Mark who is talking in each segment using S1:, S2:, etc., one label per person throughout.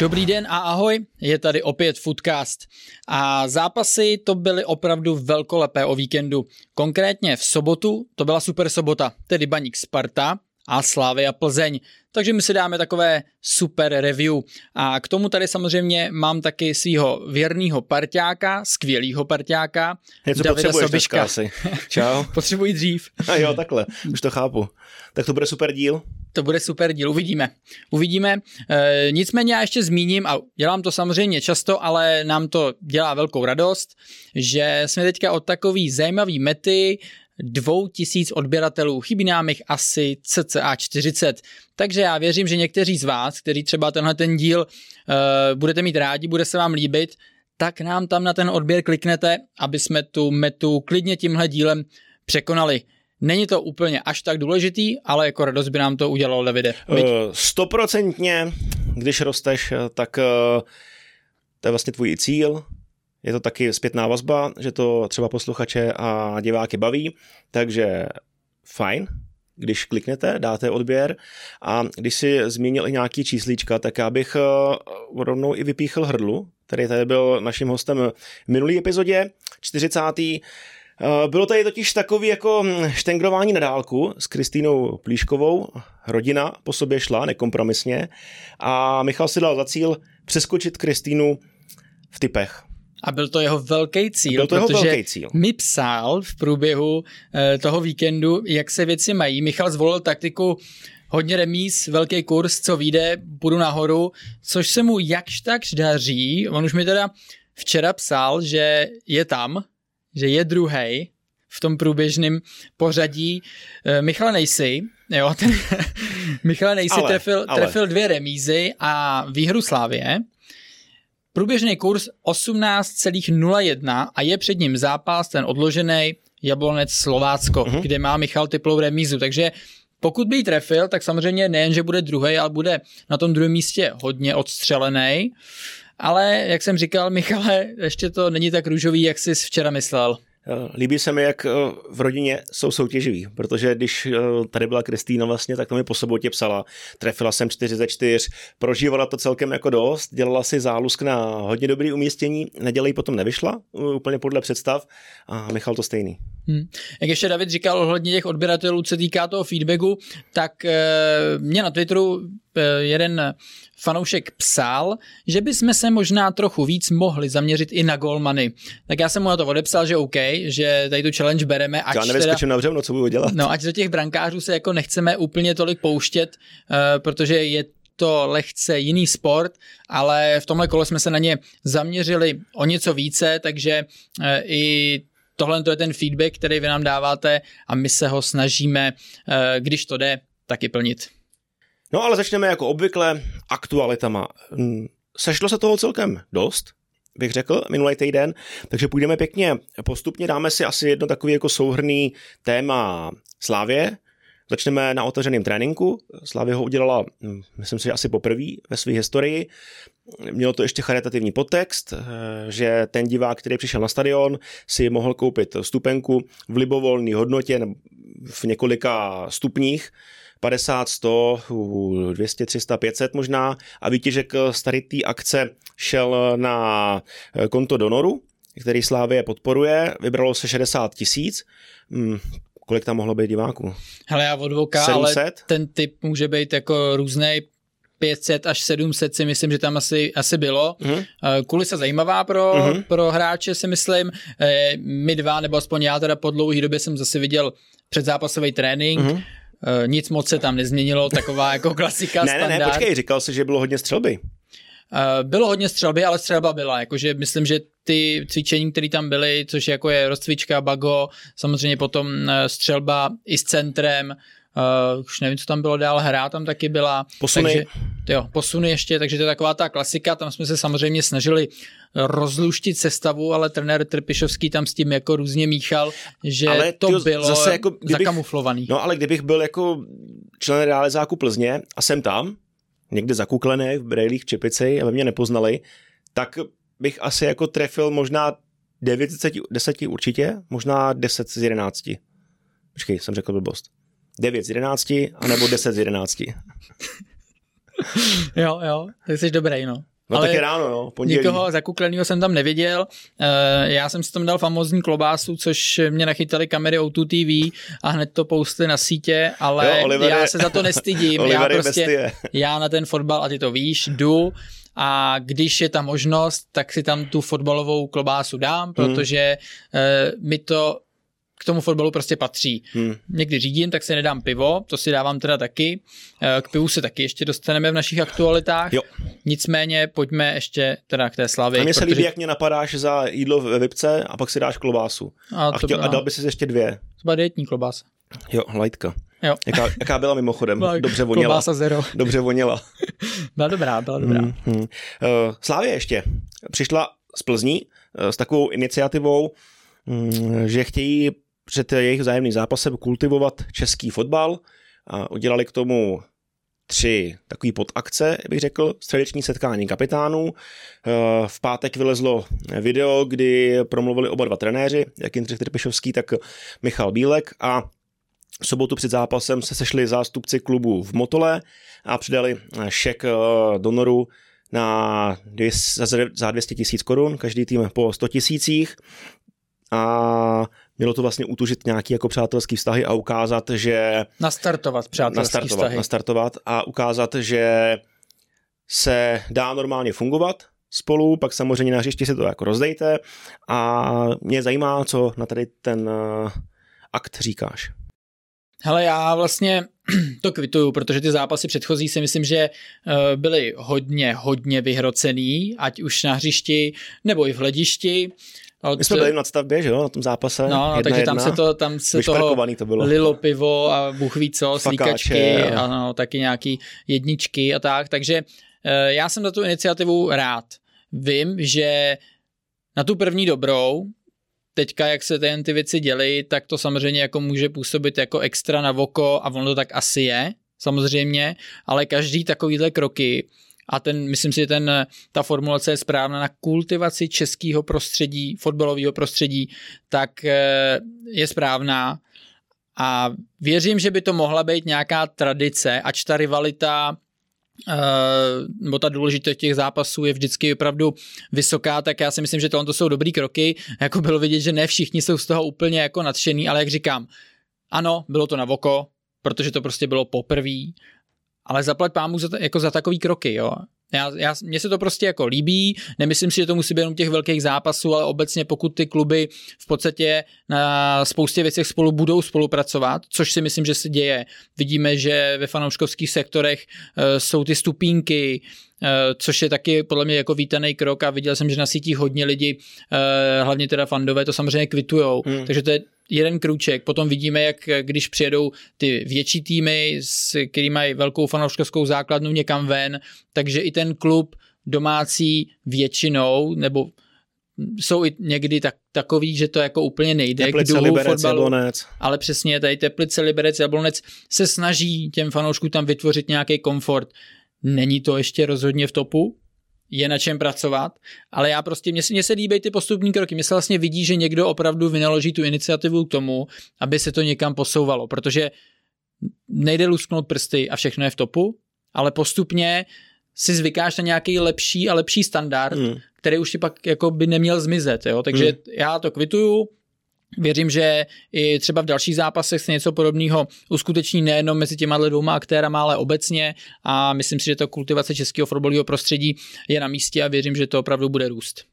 S1: Dobrý den a ahoj, je tady opět Footcast. A zápasy to byly opravdu velkolepé o víkendu. Konkrétně v sobotu to byla super sobota, tedy Baník Sparta a Slavia Plzeň. Takže my si dáme takové super review. A k tomu tady samozřejmě mám taky svýho věrného parťáka, skvělýho parťáka, Davida Sobiška.
S2: Čau.
S1: Potřebuji dřív.
S2: A jo, takhle, už to chápu. Tak to bude super díl?
S1: To bude super díl, uvidíme. Nicméně já ještě zmíním, a dělám to samozřejmě často, ale nám to dělá velkou radost, že jsme teďka od takový zajímavý mety 2000 odběratelů, chybí nám jich asi cca 40. Takže já věřím, že někteří z vás, kteří třeba tenhle ten díl budete mít rádi, bude se vám líbit, tak nám tam na ten odběr kliknete, aby jsme tu metu klidně tímhle dílem překonali. Není to úplně až tak důležitý, ale jako radost by nám to udělalo, Davide.
S2: 100%, když rosteš, tak to je vlastně tvůj cíl. Je to taky zpětná vazba, že to třeba posluchače a diváky baví, takže fajn, když kliknete, dáte odběr a když si zmínil i nějaký číslíčka, tak já bych rovnou i vypíchl Hrdlu, který tady byl naším hostem v minulý epizodě, 40. Bylo tady totiž takový jako štengrování na dálku s Kristýnou Plíškovou, rodina po sobě šla nekompromisně a Michal si dal za cíl přeskočit Kristýnu v tipech.
S1: A byl to jeho velký cíl, protože mi psal v průběhu toho víkendu, jak se věci mají. Michal zvolil taktiku hodně remíz, velký kurz, co vyjde, půjdu nahoru, což se mu jakž takž daří. On už mi teda včera psal, že je tam, že je druhej v tom průběžném pořadí. Michal nejsi, jo, Michal nejsi trefil 2 remízy a výhru Slavie. Průběžný kurz 18,01 a je před ním zápas, ten odložený Jablonec Slovácko, kde má Michal tiplou remízu. Takže pokud by ji trefil, tak samozřejmě nejen, že bude druhý, ale bude na tom druhém místě hodně odstřelený. Ale jak jsem říkal, Michale, ještě to není tak růžový, jak jsi včera myslel.
S2: Líbí se mi, jak v rodině jsou soutěživí, protože když tady byla Kristýna vlastně, tak to mi po sobotě psala. Trefila jsem 4 ze 4, prožívala to celkem jako dost, dělala si zálusk na hodně dobrý umístění, neděle jí potom nevyšla, úplně podle představ a Michal to stejný.
S1: Jak ještě David říkal ohledně těch odběratelů, co týká toho feedbacku, tak mě na Twitteru jeden fanoušek psal, že bychom se možná trochu víc mohli zaměřit i na golmany. Tak já jsem mu na to odepsal, že OK, že tady tu challenge bereme.
S2: Já nevyskočím na břevno, co budu dělat.
S1: No, ať do těch brankářů se jako nechceme úplně tolik pouštět, protože je to lehce jiný sport, ale v tomhle kole jsme se na ně zaměřili o něco více, takže i tohle to je ten feedback, který vy nám dáváte a my se ho snažíme, když to jde, taky plnit.
S2: No ale začneme jako obvykle aktualitama. Sešlo se toho celkem dost, bych řekl, minulý týden, takže půjdeme pěkně postupně, dáme si asi jedno takový jako souhrnný téma Slavie. Začneme na otevřeném tréninku. Slavie ho udělala, myslím si, že asi poprvé ve své historii. Mělo to ještě charitativní podtext, že ten divák, který přišel na stadion, si mohl koupit vstupenku v libovolné hodnotě v několika stupních, 50, 100, 200, 300, 500 možná a výtěžek z tady té akce šel na konto donoru, který Slavie podporuje, vybralo se 60 000. Kolik tam mohlo být diváků?
S1: Hele, já od voka, 700? Ale ten typ může být jako různej, 500 až 700 si myslím, že tam asi bylo. Kulisa zajímavá pro hráče si myslím. My dva, nebo aspoň já teda po dlouhé době jsem zase viděl předzápasový trénink. Nic moc se tam nezměnilo, taková jako klasika, standard.
S2: Ne, počkej, říkal jsi, že bylo hodně střelby.
S1: Bylo hodně střelby, ale střelba byla, jakože myslím, že ty cvičení, které tam byly, což jako je rozcvička, bago, samozřejmě potom střelba i s centrem, už nevím, co tam bylo dál, hra tam taky byla.
S2: Posuny.
S1: Takže, posuny ještě, takže to je taková ta klasika, tam jsme se samozřejmě snažili rozluštit sestavu, ale trenér Trpišovský tam s tím jako různě míchal, že ale to bylo zase jako zakamuflovaný.
S2: No ale kdybych byl jako člen realizáku Plzně a jsem tam, někde zakuklený v brejlích v Čepici, aby mě nepoznali, tak bych asi jako trefil možná 9 z 10 určitě, možná 10 z 11. Počkej, jsem řekl blbost. 9 z 11, anebo 10 z 11.
S1: Jo, tak jsi dobrý, no.
S2: No ale tak je ráno, no, pondělí.
S1: Nikoho zakuklenýho jsem tam neviděl. Já jsem si tam dal famózní klobásu, což mě nachytali kamery O2 TV a hned to postli na sítě, ale já se za to nestydím. Já na ten fotbal, a ty to víš, jdu a když je ta možnost, tak si tam tu fotbalovou klobásu dám, protože mi to k tomu fotbalu prostě patří. Někdy řídím, tak si nedám pivo, to si dávám teda taky. K pivu se taky ještě dostaneme v našich aktualitách.
S2: Jo.
S1: Nicméně pojďme ještě teda k té Slavii.
S2: A mně se líbí, jak mě napadáš za jídlo ve Vipce a pak si dáš klobásu. A dal by si ještě 2.
S1: To byla dietní klobása.
S2: Jo, lightka.
S1: Jo.
S2: Jaká byla mimochodem? Dobře voněla.
S1: Klobása zero.
S2: Dobře voněla.
S1: Byla dobrá.
S2: Slavie ještě přišla z Plzní s takovou iniciativou, že chtějí před jejich vzájemným zápasem kultivovat český fotbal a udělali k tomu 3 takový podakce, bych řekl, středeční setkání kapitánů. V pátek vylezlo video, kdy promluvili oba 2 trenéři, jak Jindřich Trpišovský, tak Michal Bílek, a v sobotu před zápasem se sešli zástupci klubu v Motole a přidali šek donoru za 200 000 korun, každý tým po 100 000, a mělo to vlastně utužit nějaký jako přátelský vztahy a ukázat, že...
S1: Nastartovat přátelský vztahy.
S2: Nastartovat a ukázat, že se dá normálně fungovat spolu, pak samozřejmě na hřišti si to jako rozdejte, a mě zajímá, co na tady ten akt říkáš.
S1: Hele, já vlastně to kvituju, protože ty zápasy předchozí si myslím, že byly hodně vyhrocený, ať už na hřišti nebo i v hledišti.
S2: My jsme byli v nadstavbě, že jo, na tom zápase.
S1: No, takže tam se to
S2: bylo.
S1: Lilo pivo a Bůh ví co, slíkačky, ano, taky nějaký jedničky a tak. Takže já jsem za tu iniciativu rád. Vím, že na tu první dobrou, teďka jak se ty věci děly, tak to samozřejmě jako může působit jako extra na oko, a ono to tak asi je, samozřejmě, ale každý takovýhle kroky, a myslím si, že ta formulace je správná, na kultivaci českého prostředí, fotbalového prostředí, tak je správná. A věřím, že by to mohla být nějaká tradice, ač ta rivalita nebo ta důležitost těch zápasů je vždycky opravdu vysoká, tak já si myslím, že tohle jsou dobrý kroky. Jako bylo vidět, že ne všichni jsou z toho úplně jako nadšený, ale jak říkám, ano, bylo to na oko, protože to prostě bylo poprvé, ale zaplať pámu za takový kroky, jo. Mně se to prostě jako líbí, nemyslím si, že to musí být jenom těch velkých zápasů, ale obecně pokud ty kluby v podstatě na spoustě věcech spolu budou spolupracovat, což si myslím, že se děje. Vidíme, že ve fanouškovských sektorech jsou ty stupínky, což je taky podle mě jako vítaný krok, a viděl jsem, že na sítích hodně lidí, hlavně teda fandové, to samozřejmě kvitujou, takže to je jeden krůček. Potom vidíme, jak když přijedou ty větší týmy, který mají velkou fanouškovskou základnu někam ven, takže i ten klub domácí většinou, nebo jsou i někdy takový, že to jako úplně nejde
S2: Teplice,
S1: k duhu
S2: Liberec,
S1: fotbalu,
S2: Jablonec.
S1: Ale přesně tady Teplice, Liberec, Jablonec se snaží těm fanouškům tam vytvořit nějaký komfort. Není to ještě rozhodně v topu, je na čem pracovat, ale já prostě, mně se líbí ty postupní kroky. Mně se vlastně vidí, že někdo opravdu vynaloží tu iniciativu k tomu, aby se to někam posouvalo, protože nejde lusknout prsty a všechno je v topu, ale postupně si zvykáš na nějaký lepší a lepší standard, který už ti pak jako by neměl zmizet. Jo? Takže já to kvituju. Věřím, že i třeba v dalších zápasech se něco podobného uskuteční nejenom mezi těma dvěma aktérama, ale obecně, a myslím si, že to kultivace českého fotbalového prostředí je na místě a věřím, že to opravdu bude růst.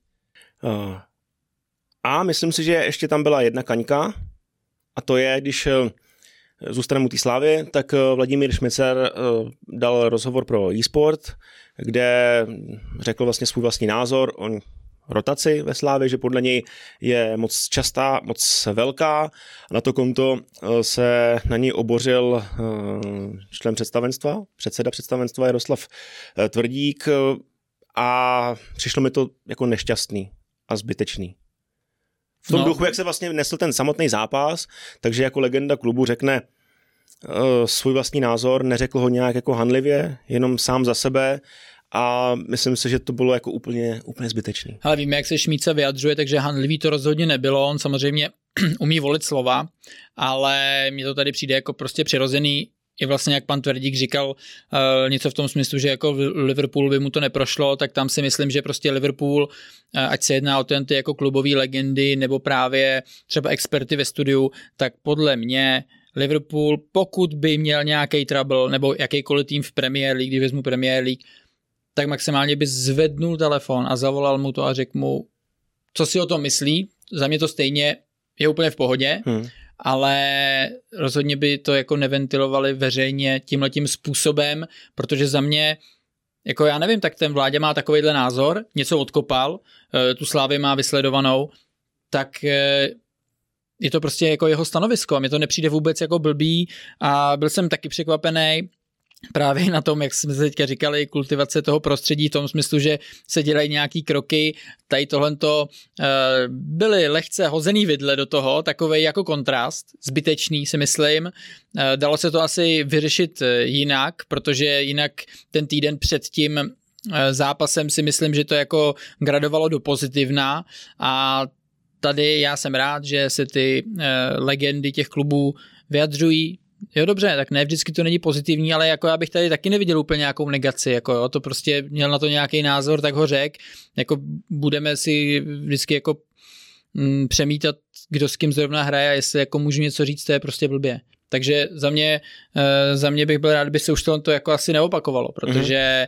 S2: A myslím si, že ještě tam byla jedna kaňka, a to je, když zůstaneme u té Slávy, tak Vladimír Šmicer dal rozhovor pro eSport, kde řekl vlastně svůj vlastní názor o rotaci ve Slávě, že podle něj je moc častá, moc velká. Na to konto se na něj obořil člen představenstva, předseda představenstva Jaroslav Tvrdík, a přišlo mi to jako nešťastný a zbytečný. V tom duchu, jak se vlastně nesl ten samotný zápas, takže jako legenda klubu řekne svůj vlastní názor, neřekl ho nějak jako hanlivě, jenom sám za sebe, a myslím si, že to bylo jako úplně zbytečný.
S1: Ale víme, jak se Šmídce vyjadřuje, takže hanlivý to rozhodně nebylo. On samozřejmě umí volit slova, ale mně to tady přijde jako prostě přirozený. i vlastně jak pan Tvrdík říkal něco v tom smyslu, že jako Liverpool by mu to neprošlo, tak tam si myslím, že prostě Liverpool, ať se jedná o ty jako klubové legendy nebo právě třeba experty ve studiu, tak podle mě Liverpool, pokud by měl nějaký trouble nebo jakýkoliv tým v Premier League, když vezmu Premier League, tak maximálně by zvednul telefon a zavolal mu to a řekl mu, co si o tom myslí. Za mě to stejně je úplně v pohodě, ale rozhodně by to jako neventilovali veřejně tímhletím způsobem, protože za mě, jako já nevím, tak ten Vláďa má takovejhle názor, něco odkopal, tu Slávy má vysledovanou, tak je to prostě jako jeho stanovisko a mně to nepřijde vůbec jako blbý a byl jsem taky překvapený právě na tom, jak jsme se teďka říkali, kultivace toho prostředí v tom smyslu, že se dělají nějaký kroky, tady tohleto byly lehce hozený vidle do toho, takovej jako kontrast, zbytečný si myslím. Dalo se to asi vyřešit jinak, protože jinak ten týden před tím zápasem si myslím, že to jako gradovalo do pozitivna a tady já jsem rád, že se ty legendy těch klubů vyjadřují. Jo dobře, tak ne vždycky to není pozitivní, ale jako já bych tady taky neviděl úplně nějakou negaci, jako jo, to prostě měl na to nějaký názor, tak ho řek, jako budeme si vždycky jako přemítat, kdo s kým zrovna hraje a jestli jako můžu něco říct, to je prostě blbě. Takže za mě bych byl rád, kdyby se už to jako asi neopakovalo, protože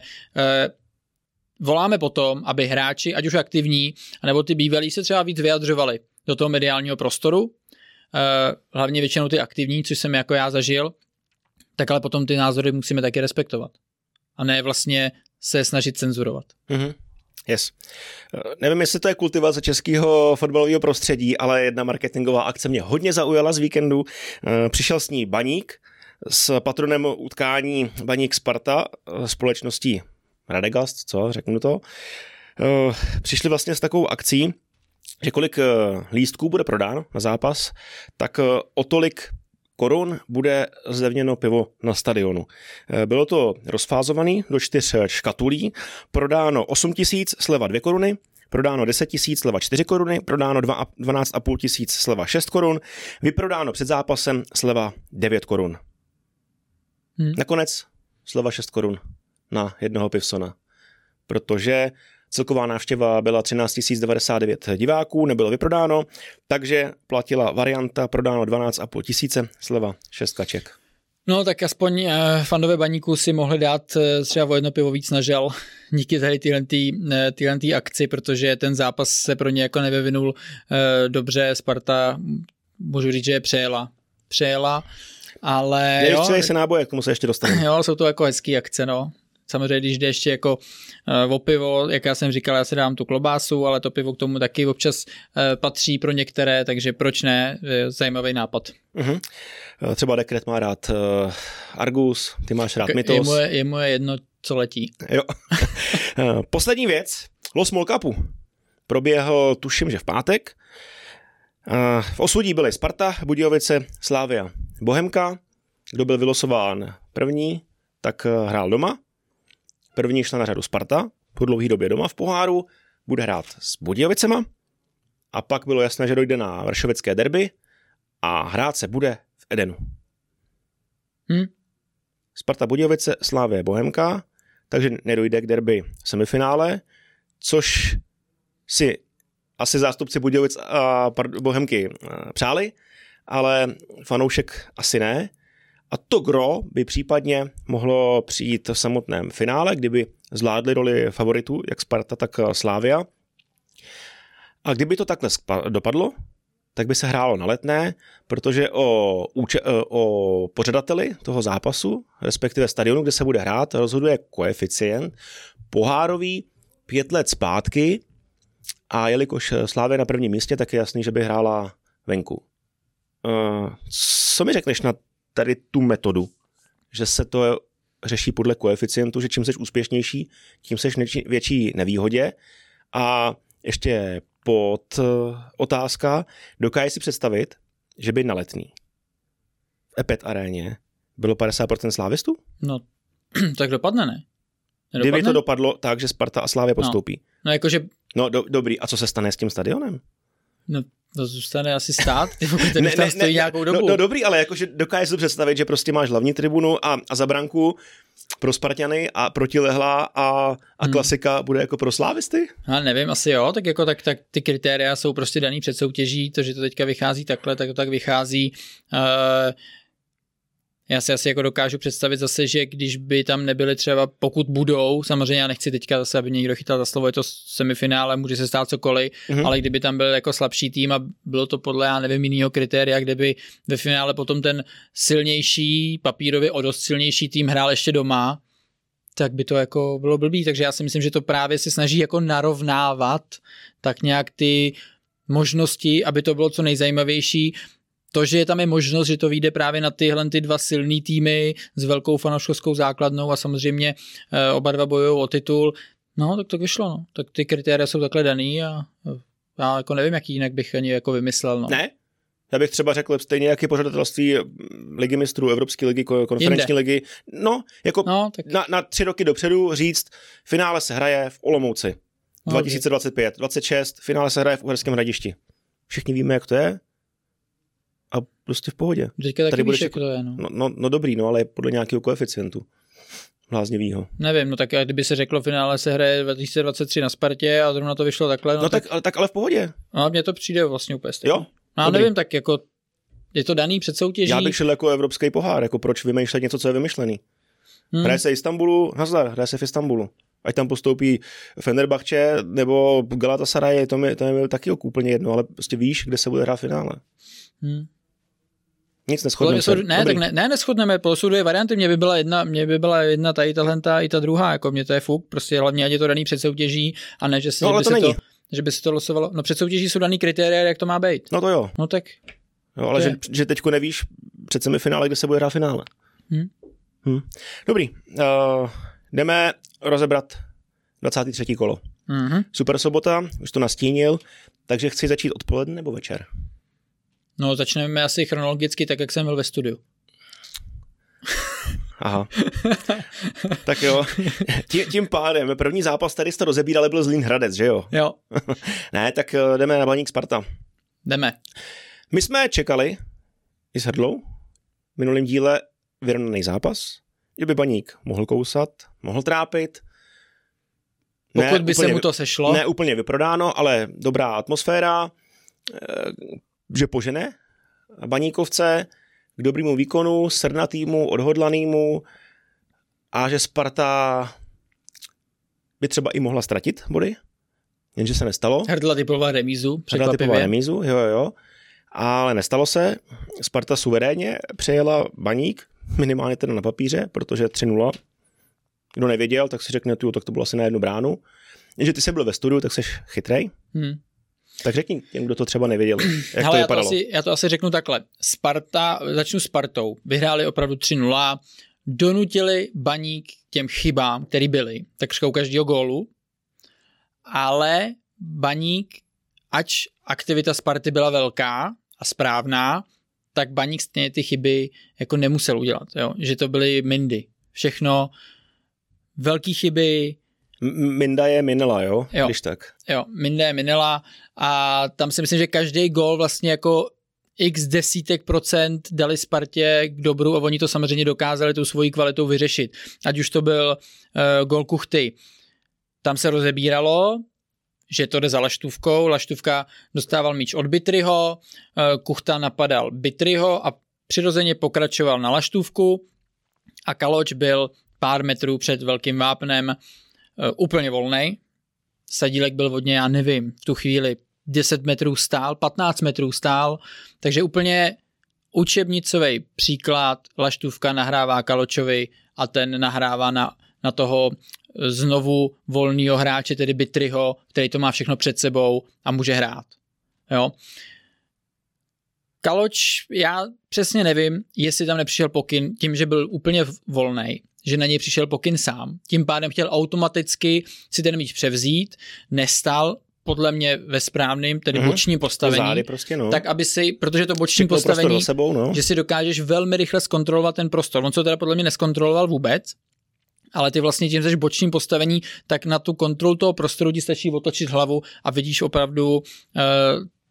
S1: voláme potom, aby hráči, ať už aktivní, anebo ty bývalí se třeba víc vyjadřovali do toho mediálního prostoru, hlavně většinou ty aktivní, což jsem jako já zažil, tak ale potom ty názory musíme taky respektovat. A ne vlastně se snažit cenzurovat.
S2: Yes. Nevím, jestli to je kultivace českého fotbalového prostředí, ale jedna marketingová akce mě hodně zaujala z víkendu. Přišel s ní Baník s patronem utkání Baník Sparta společností Radegast, co, řeknu to. Přišli vlastně s takovou akcí, že kolik lístků bude prodáno na zápas, tak o tolik korun bude zlevněno pivo na stadionu. Bylo to rozfázované do 4 škatulí, prodáno 8 000, sleva 2 koruny, prodáno 10 000, sleva 4 koruny, prodáno 12 500, sleva 6 korun, vyprodáno před zápasem, sleva 9 korun. Nakonec sleva 6 korun na jednoho pivsona, protože celková návštěva byla 13 099 diváků, nebylo vyprodáno, takže platila varianta prodáno 12 500, sleva 6 kaček.
S1: No tak aspoň fandové Baníku si mohli dát třeba o jedno pivo víc na žel díky tady tyhle akci, protože ten zápas se pro ně jako nevyvinul dobře. Sparta, můžu říct, že je přejela, ale
S2: jo. Se náboje, k tomu se ještě dostaneme.
S1: Jo, jsou to jako hezký akce, no. Samozřejmě, když jde ještě jako o pivo, jak já jsem říkal, já si dám tu klobásu, ale to pivo k tomu taky občas patří pro některé, takže proč ne? Zajímavý nápad.
S2: Třeba Dekret má rád Argus, ty máš rád Mythos.
S1: Je moje jedno, co letí.
S2: Jo. Poslední věc, Los Mol Cupu. Proběhl, tuším, že v pátek. V osudí byly Sparta, Budějovice, Slavia, Bohemka. Kdo byl vylosován první, tak hrál doma. První šla na řadu Sparta, po dlouhé době doma v poháru, bude hrát s Budějovicema a pak bylo jasné, že dojde na vršovické derby a hrát se bude v Edenu. Sparta Budějovice, Slavie Bohemka, takže nedojde k derby semifinále, což si asi zástupci Budějovic a Bohemky přáli, ale fanoušek asi ne. A to gro by případně mohlo přijít v samotném finále, kdyby zvládli roli favoritů, jak Sparta, tak Slavia. A kdyby to takhle dopadlo, tak by se hrálo na Letné, protože o pořadateli toho zápasu, respektive stadionu, kde se bude hrát, rozhoduje koeficient pohárový 5 let zpátky a jelikož Slavia na prvním místě, tak je jasný, že by hrála venku. Co mi řekneš na tady tu metodu, že se to řeší podle koeficientu, že čím jsi úspěšnější, tím jsi větší nevýhodě. A ještě pod otázka, dokážeš si představit, že by na Letný v Epet aréně bylo 50% slávistů?
S1: No, tak dopadne, ne?
S2: Nedopadne? Kdyby to dopadlo tak, že Sparta a Slavia postoupí.
S1: No jakože...
S2: No dobrý, a co se stane s tím stadionem?
S1: No, To zůstane asi stát, pokud tam stojí nějakou dobu.
S2: No dobrý, ale jakože dokážeš si představit, že prostě máš hlavní tribunu a za branku pro Sparťany a protilehlá a klasika bude jako pro slávisty?
S1: Ale nevím, asi jo, tak ty kritéria jsou prostě daný před soutěží, to, že to teďka vychází takhle, tak to tak vychází. Já si asi jako dokážu představit zase, že když by tam nebyly třeba, pokud budou, samozřejmě já nechci teďka zase, aby někdo chytal za slovo, je to semifinále, může se stát cokoliv, ale kdyby tam byl jako slabší tým a bylo to podle, já nevím, jinýho kritéria, kde by ve finále potom ten silnější, papírově o dost silnější tým hrál ještě doma, tak by to jako bylo blbý, takže já si myslím, že to právě se snaží jako narovnávat tak nějak ty možnosti, aby to bylo co nejzajímavější. To, že tam je možnost, že to vyjde právě na tyhle ty dva silný týmy s velkou fanouškovskou základnou a samozřejmě oba dva bojují o titul, no tak to vyšlo, no. Tak ty kritéria jsou takhle daný a já jako nevím, jaký jinak bych ani jako vymyslel, no.
S2: Ne? Já bych třeba řekl stejně, jak je pořadatelství ligy mistrů, Evropské ligy, konferenční ligy, no, jako tak na 3 roky dopředu říct, finále se hraje v Olomouci, 2025, 26, finále se hraje v Uherském Hradišti. Všichni víme, jak to je. A prostě v pohodě.
S1: Teďka taky víš, jak to je, no.
S2: No dobrý, no, ale podle nějakého koeficientu bláznivýho.
S1: Nevím, no tak kdyby se řeklo, finále se hraje 2023 na Spartě a zrovna to vyšlo takhle.
S2: No tak ale v pohodě.
S1: No mně to přijde vlastně úplně stejně.
S2: Jo?
S1: No nevím, tak jako je to daný před soutěží.
S2: Já bych šel jako evropský pohár, jako proč vymýšlet něco, co je vymyšlený. Hraje se Istanbulu, nazdar, hraje se v Istanbulu. Ať tam postoupí Fenerbahce nebo Galatasaray, to mi taky úplně jedno, ale prostě víš, kde se bude hrát finále. Nic neschodneme se.
S1: Neschodneme, jsou dvě varianty, mě by byla jedna tady tahlenta i ta druhá, jako mě to je fuk, prostě hlavně ať je to daný před soutěží a ne, že by se to losovalo. No před soutěží jsou daný kritéria, jak to má být.
S2: No to jo.
S1: No tak.
S2: Jo, ale že teďko nevíš před semifinále, kde se bude hrát finále. Dobrý. Jdeme rozebrat 23. kolo. Super sobota, už to nastínil, takže chci začít odpoledne nebo večer?
S1: No, začneme asi chronologicky, tak jak jsem byl ve studiu.
S2: Aha. Tak jo. Tím pádem, první zápas tady jste rozebírali, byl Zlín Hradec, že jo?
S1: Jo.
S2: Ne, tak jdeme na Baník Sparta.
S1: Jdeme.
S2: My jsme čekali i s Hrdlou v minulém díle vyrovnaný zápas, že by Baník mohl kousat, mohl trápit.
S1: Pokud by se mu to sešlo.
S2: Ne úplně vyprodáno, ale dobrá atmosféra, že požene Baníkovce k dobrému výkonu, srdnatýmu, odhodlanýmu a že Sparta by třeba i mohla ztratit body, jenže se nestalo.
S1: Hrdla typovala remízu, překvapivě.
S2: Jo. Ale nestalo se. Sparta suverénně přejela Baník, minimálně teda na papíře, protože 3-0. Kdo nevěděl, tak si řekne, tak to bylo asi na jednu bránu. Jenže ty jsi byl ve studiu, tak jsi chytrej. Tak řekni těm, kdo to třeba nevěděl, jak to vypadalo.
S1: Já to asi řeknu takhle. Začnu Spartou. Vyhráli opravdu 3-0, donutili Baník těm chybám, které byly, takřka u každého gólu, ale Baník, ač aktivita Sparty byla velká a správná, tak Baník stejně ty chyby jako nemusel udělat. Jo? Že to byly mindy. Všechno velký chyby.
S2: Minda je minela, jo? Když tak.
S1: Jo, Minda je minela a tam si myslím, že každý gól vlastně jako x desítek procent dali Spartě k dobru a oni to samozřejmě dokázali tou svojí kvalitou vyřešit. Ať už to byl gól Kuchty. Tam se rozebíralo, že to jde za Laštůvkou. Laštůvka dostával míč od Bitryho, Kuchta napadal Bitryho a přirozeně pokračoval na Laštůvku a Kaloč byl pár metrů před velkým vápnem úplně volnej. Sadílek byl vodně, já nevím, v tu chvíli 10 metrů stál, 15 metrů stál, takže úplně učebnicový příklad. Laštůvka nahrává Kaločovi a ten nahrává na toho znovu volného hráče, tedy Bitryho, který to má všechno před sebou a může hrát. Jo. Kaloč, já přesně nevím, jestli tam nepřišel pokyn tím, že byl úplně volnej, že na něj přišel pokyn sám. Tím pádem chtěl automaticky si ten míč převzít, nestal podle mě ve správném, tedy bočním postavení,
S2: zády prostě, no.
S1: Tak aby si, protože to boční postavení,
S2: sebou, no.
S1: že si dokážeš velmi rychle zkontrolovat ten prostor. On se teda podle mě neskontroloval vůbec, ale ty vlastně tím seš bočním postavení, tak na tu kontrolu toho prostoru ti stačí otočit hlavu a vidíš opravdu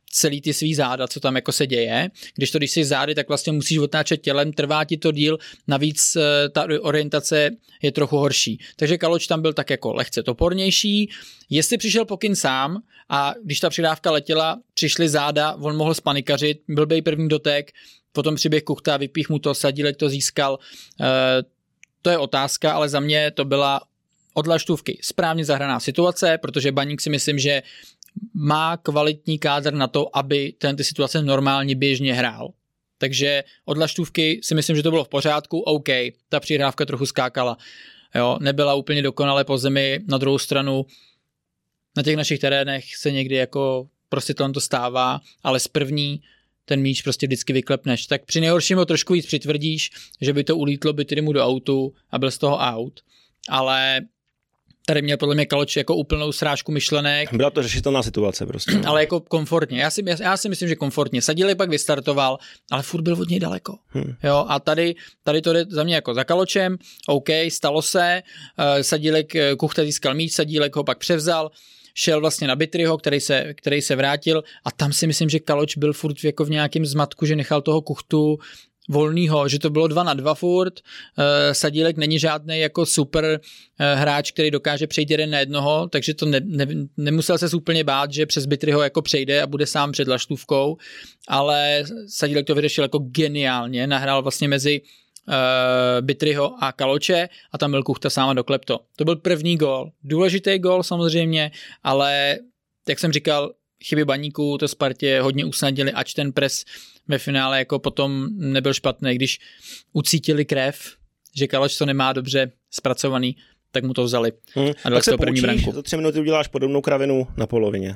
S1: celý ty svý záda, co tam jako se děje. Když jsi zády, tak vlastně musíš otáčet tělem, trvá ti to díl, navíc ta orientace je trochu horší. Takže Kaloč tam byl tak jako lehce topornější. Jestli přišel pokyn sám a když ta přidávka letěla, přišly záda, on mohl spanikařit, byl by první dotek, potom přiběh Kuchta, vypích mu to, Sadílek to získal. To je otázka, ale za mě to byla od Laštůvky správně zahraná situace, protože Baník si myslím, že má kvalitní kádr na to, aby ty situace normálně běžně hrál. Takže od Laštůvky si myslím, že to bylo v pořádku, OK, ta přihrávka trochu skákala. Jo, nebyla úplně dokonale po zemi, na druhou stranu na těch našich terénech se někdy jako prostě to stává, ale z první ten míč prostě vždycky vyklepneš. Tak při nejhorším ho trošku víc přitvrdíš, že by to ulítlo by tedy mu do autu a byl z toho out. Ale tady měl podle mě Kaloč jako úplnou srážku myšlenek. Byla
S2: to řešitelná situace prostě.
S1: Ale jako komfortně. Já si myslím, že komfortně. Sadílek pak vystartoval, ale furt byl od něj daleko. Jo, a tady to jde za mě jako za Kaločem. OK, stalo se. Sadílek, Kuchta získal míč, Sadílek ho pak převzal. Šel vlastně na Bitryho, který se vrátil a tam si myslím, že Kaloč byl furt jako v nějakém zmatku, že nechal toho Kuchtu volnýho, že to bylo 2-2 furt. Sadílek není žádný jako super hráč, který dokáže přejít 1-1, takže to nemusel se úplně bát, že přes Bitryho jako přejde a bude sám před Laštůvkou, ale Sadílek to vyřešil jako geniálně, nahrál vlastně mezi Bitryho a Kaloče a tam byl Kuchta sám a doklep to. To byl první gól. Důležitý gól samozřejmě, ale jak jsem říkal, chyby Baníku to Spartě hodně usnadnili, ač ten pres ve finále jako potom nebyl špatný. Když ucítili krev, že Kaloč to nemá dobře zpracovaný, tak mu to vzali. A dali se to první branku.
S2: Za 3 minuty uděláš podobnou kravinu na polovině.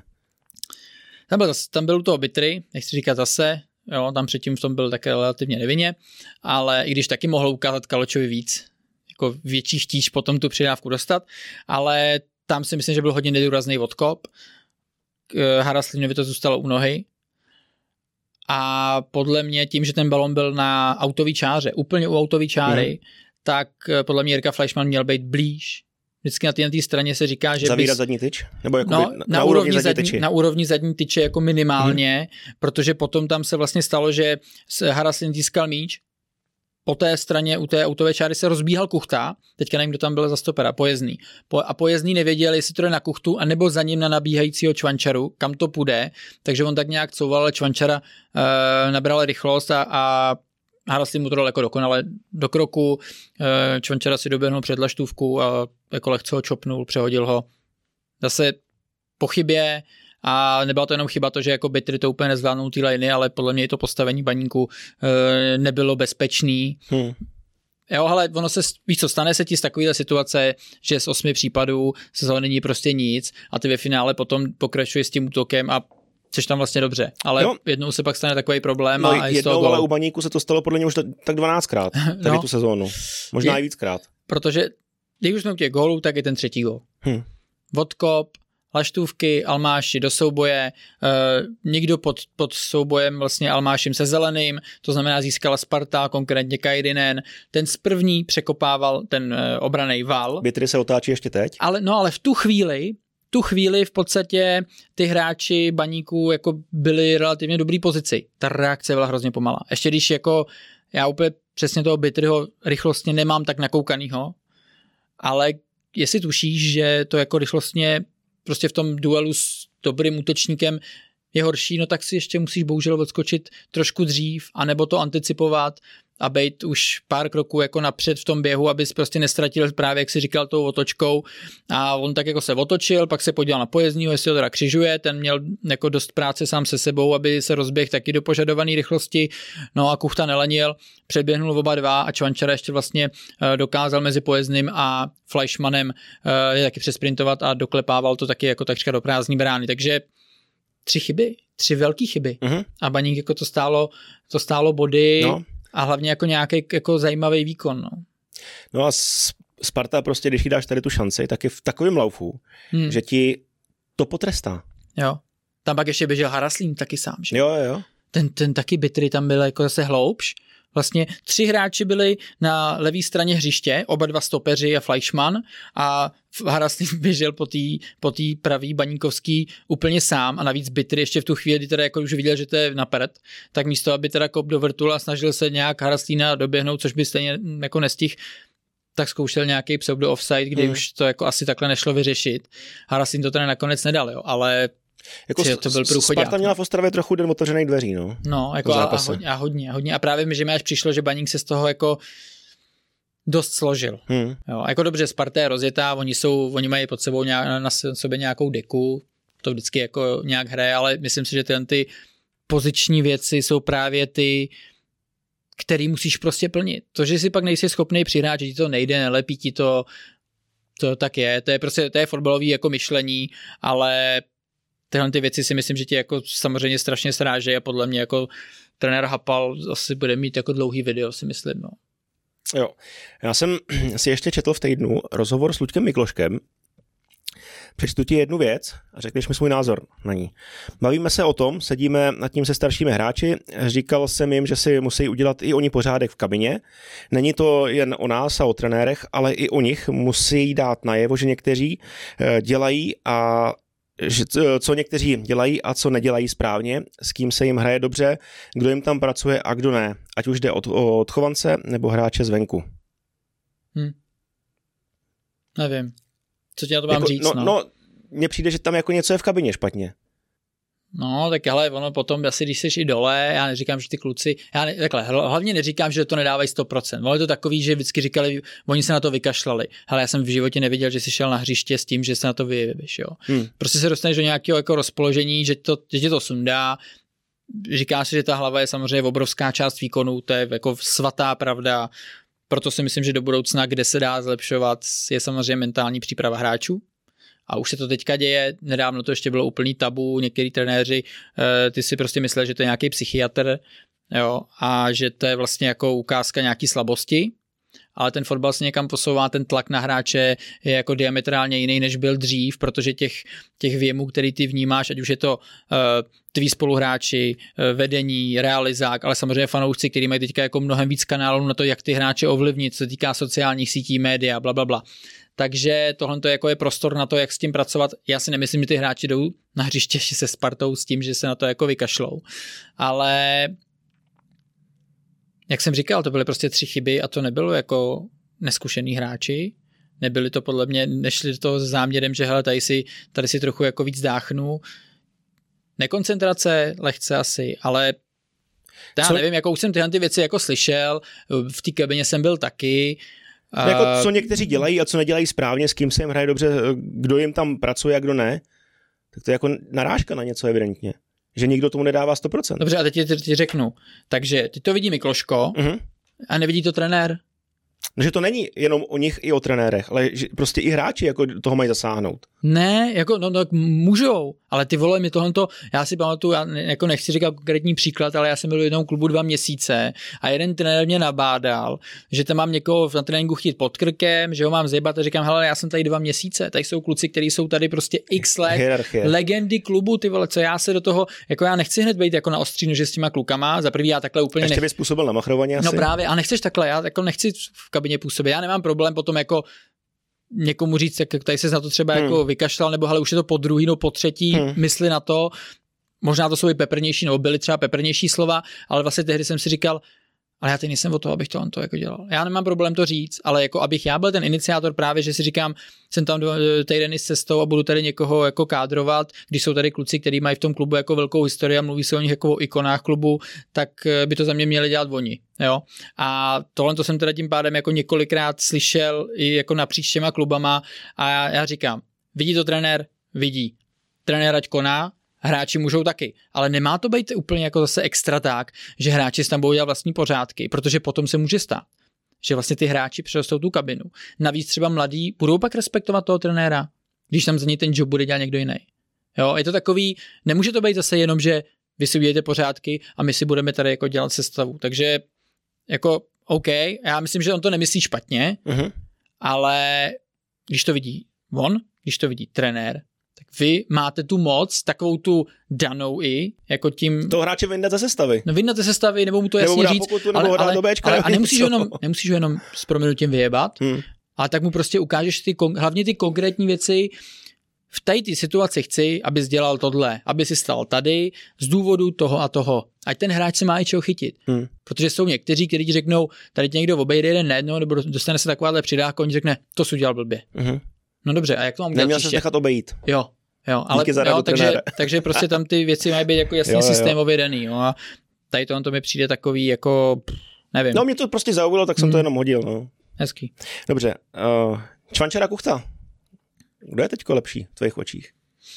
S1: Tam byl u toho Bitry, nechci říkat zase, jo, tam předtím v tom byl také relativně nevinně, ale i když taky mohl ukázat Kaločovi víc, jako větší chtíč potom tu přidávku dostat, ale tam si myslím, že byl hodně nedůrazný odkop. Haraslínovi to zůstalo u nohy a podle mě tím, že ten balon byl na autový čáře, úplně u autový čáry, tak podle mě Jirka Fleischmann měl být blíž. Vždycky na té straně se říká, že
S2: zavírat zadní tyč? Nebo jako
S1: na úrovni zadní tyče? Na úrovni zadní tyče jako minimálně, protože potom tam se vlastně stalo, že Haraslín získal míč, po té straně u té autové čáry se rozbíhal Kuchta, teďka nevím, kdo tam byl za stopera, Pojezdný. A Pojezdný nevěděl, jestli to jde na Kuchtu, anebo za ním na nabíhajícího Čvančaru, kam to půjde, takže on tak nějak couval, ale Čvančara nabral rychlost a Haraslín mu to dal jako dokonale do kroku, Čvančara si doběhnul před Laštůvku a jako lehce ho čopnul, přehodil ho. Zase po chybě, a nebyla to jenom chyba to, že jako Bitry to úplně nezvládnou ty liny, ale podle mě i to postavení Baníku nebylo bezpečný. Jo, ale ono se, víš co, stane se ti z takovéhle situace, že z 8 případů se není prostě nic a ty ve finále potom pokračuješ s tím útokem a což tam vlastně dobře, ale jednou se pak stane takový problém a i z toho
S2: ale u Baníku se to stalo podle mě už tak 12krát tady tu sezónu. Možná i víckrát.
S1: Protože když už jsme u těch gólů, tak je ten třetí gól. Odkop, Laštůvky, Almáši do souboje, někdo pod soubojem vlastně Almášem se Zeleným, to znamená získala Sparta, konkrétně Kairinen, ten z první překopával ten obranej val.
S2: Bitry se otáčí ještě teď.
S1: Ale v tu chvíli v podstatě ty hráči Baníku jako byli relativně dobrý pozici. Ta reakce byla hrozně pomalá. Ještě když jako já úplně přesně toho Bitryho rychlostně nemám tak nakoukanýho, ale jestli tušíš, že to jako rychlostně prostě v tom duelu s dobrým útočníkem je horší, no tak si ještě musíš bohužel odskočit trošku dřív, anebo to anticipovat a být už pár kroků jako napřed v tom běhu, abys prostě nestratil právě, jak si říkal, tou otočkou. A on tak jako se otočil, pak se podíval na Pojezdního, jestli ho teda křižuje, ten měl jako dost práce sám se sebou, aby se rozběhl taky do požadované rychlosti. No a Kuchta nelenil, předběhnul oba dva a Čvančara ještě vlastně dokázal mezi Pojezdným a Fleischmannem je taky přesprintovat a doklepával to taky jako takřka do prázdní brány. Takže 3 velké chyby. A Baník jako to stálo body. No. A hlavně jako nějaký jako zajímavý výkon.
S2: No a Sparta prostě, když jí dáš tady tu šanci, tak je v takovém laufu, že ti to potrestá.
S1: Jo. Tam pak ještě běžel Haraslín taky sám, že?
S2: Jo.
S1: Ten taky Bitry tam byl jako zase hloubš. Vlastně 3 hráči byli na levé straně hřiště, oba 2 stopeři a Fleischmann a Harastin běžel po té pravý Baníkovský úplně sám a navíc Bitter ještě v tu chvíli, kdy teda jako už viděl, že to je napřed, tak místo, aby teda kop do vrtule a snažil se nějak Harastina doběhnout, což by stejně jako nestihl, tak zkoušel nějaký pseudo offside, kdy už to jako asi takhle nešlo vyřešit. Harastin to teda nakonec nedal, jo, ale
S2: jako
S1: to byl průchodák.
S2: Sparta měla v Ostravě trochu den otevřených dveří, no.
S1: No, jako a hodně. A právě mi, že mi až přišlo, že Baník se z toho jako dost složil. Jo, jako dobře, Sparta je rozjetá, oni mají pod sebou na sobě nějakou deku, to vždycky jako nějak hraje, ale myslím si, že ty poziční věci jsou právě ty, který musíš prostě plnit. To, že si pak nejsi schopný přihrát, že ti to nejde, nelepí ti to tak je. To je fotbalový jako myšlení, ale tyhle ty věci si myslím, že ti jako samozřejmě strašně srážejí a podle mě jako trenér Hapal asi bude mít jako dlouhý video, si myslím. No.
S2: Jo, já jsem si ještě četl v týdnu rozhovor s Luďkem Mikloškem. Přečtu ti jednu věc a řekneš mi svůj názor na ní. Bavíme se o tom, sedíme nad tím se staršími hráči, říkal jsem jim, že si musí udělat i oni pořádek v kabině. Není to jen o nás a o trenérech, ale i o nich musí dát najevo, že někteří dělají a co někteří dělají a co nedělají správně, s kým se jim hraje dobře, kdo jim tam pracuje a kdo ne, ať už jde o odchovance nebo hráče zvenku.
S1: Nevím. Co ti na to mám říct?
S2: No, mně přijde, že tam jako něco je v kabině špatně.
S1: No, tak hele, ono potom asi, když jsi i dole, já neříkám, že ty kluci, hlavně neříkám, že to nedávají 100%. Ono je to takový, že vždycky říkali, oni se na to vykašlali. Hele, já jsem v životě neviděl, že jsi šel na hřiště s tím, že se na to vyjevíš, jo. Prostě se dostaneš do nějakého jako rozpoložení, že tě to sundá. Říká se, že ta hlava je samozřejmě obrovská část výkonu, to je jako svatá pravda. Proto si myslím, že do budoucna, kde se dá zlepšovat, je samozřejmě mentální příprava hráčů. A už se to teďka děje, nedávno to ještě bylo úplný tabu, některý trenéři, ty si prostě mysleli, že to je nějaký psychiatr, jo, a že to je vlastně jako ukázka nějaký slabosti, ale ten fotbal se někam posouvá, ten tlak na hráče je jako diametrálně jiný, než byl dřív, protože těch věmů, který ty vnímáš, ať už je to tví spoluhráči, vedení, realizák, ale samozřejmě fanoušci, kteří mají teďka jako mnohem víc kanálů na to, jak ty hráče ovlivnit, co se týká sociálních sítí, média, blablabla. Takže tohle jako je prostor na to, jak s tím pracovat. Já si nemyslím, že ty hráči jdou na hřiště se Spartou s tím, že se na to jako vykašlou. Ale jak jsem říkal, to byly prostě 3 chyby a to nebylo jako neskušený hráči. Nebyli to podle mě, nešli do toho s záměrem, že hele, tady si trochu jako víc dáchnu. Nekoncentrace, lehce asi, ale já nevím, jako už jsem tyhle ty věci jako slyšel, v té kabině jsem byl taky.
S2: Jako co někteří dělají a co nedělají správně, s kým se jim hraje dobře, kdo jim tam pracuje a kdo ne, tak to je jako narážka na něco evidentně. Že nikdo tomu nedává 100%.
S1: Dobře, a teď ti řeknu. Takže ty to vidí Mikloško a nevidí to trenér.
S2: Že to není jenom o nich i o trenérech, ale že prostě i hráči jako toho mají zasáhnout.
S1: Ne, jako no můžou, ale ty vole mi tohleto, já si pamatuju, já jako nechci říkat konkrétní příklad, ale já jsem byl v jednom klubu 2 měsíce a jeden trenér mě nabádal, že tam mám někoho na tréninku chtít pod krkem, že ho mám zjebat a říkám, hele, já jsem tady 2 měsíce, tady jsou kluci, kteří jsou tady prostě x let,
S2: hierarchie.
S1: Legendy klubu, ty vole, co já se do toho, jako já nechci hned být jako na ostřínu, že s těma klukama, za prvý já takhle úplně
S2: ještě bys působil na machrovaně asi.
S1: No právě, a nechceš takhle, já jako nechci v kabině působit, já nemám problém potom jako někomu říct, jak tady se na to třeba jako vykašlal, nebo hele, už je to po druhý, no po třetí, mysli na to, možná to jsou i peprnější, nebo byly třeba peprnější slova, ale vlastně tehdy jsem si říkal, ale já teď nejsem o toho, abych to jako dělal. Já nemám problém to říct, ale jako abych já byl ten iniciátor právě, že si říkám, jsem tam týden s cestou a budu tady někoho jako kádrovat, když jsou tady kluci, kteří mají v tom klubu jako velkou historii a mluví se o nich jako o ikonách klubu, tak by to za mě měli dělat oni. Jo? A tohle to jsem teda tím pádem jako několikrát slyšel i jako napříč těma klubama a já říkám, vidí to trenér? Vidí. Trenér ať koná, hráči můžou taky, ale nemá to být úplně jako zase extra tak, že hráči si tam budou dělat vlastní pořádky, protože potom se může stát, že vlastně ty hráči přerostou tu kabinu. Navíc třeba mladí budou pak respektovat toho trenéra, když tam za něj ten job bude dělat někdo jiný. Jo, je to takový, nemůže to být zase jenom, že vy si udělejte pořádky a my si budeme tady jako dělat sestavu. Takže jako OK, já myslím, že on to nemyslí špatně, ale když to vidí on, když to vidí trenér, tak vy máte tu moc, takovou tu danou i, jako tím...
S2: To hráče vyndat ze sestavy.
S1: No vydat ze sestavy, nebo mu to jasně říct, ale nemusíš ho jenom s prominutím vyjebat, ale tak mu prostě ukážeš hlavně ty konkrétní věci. V té situaci chci, abys dělal tohle, aby si stal tady z důvodu toho a toho. Ať ten hráč se má i čeho chytit. Protože jsou někteří, kteří ti řeknou, tady tě někdo obejde jeden najednou, nebo dostane se takováhle přidávka, on ti řekne, to jsi udělal blbě. No dobře, a jak to mám udělat?
S2: Neměl se nechat obejít.
S1: Jo, ale takže prostě tam ty věci mají být jako jasně systémově daný. Jo, a tady to mi přijde takový jako, nevím.
S2: No mě to prostě zaujalo, tak jsem to jenom hodil. No.
S1: Hezký.
S2: Dobře, Čvančara Kuchta. Kdo je teďko lepší v tvých očích?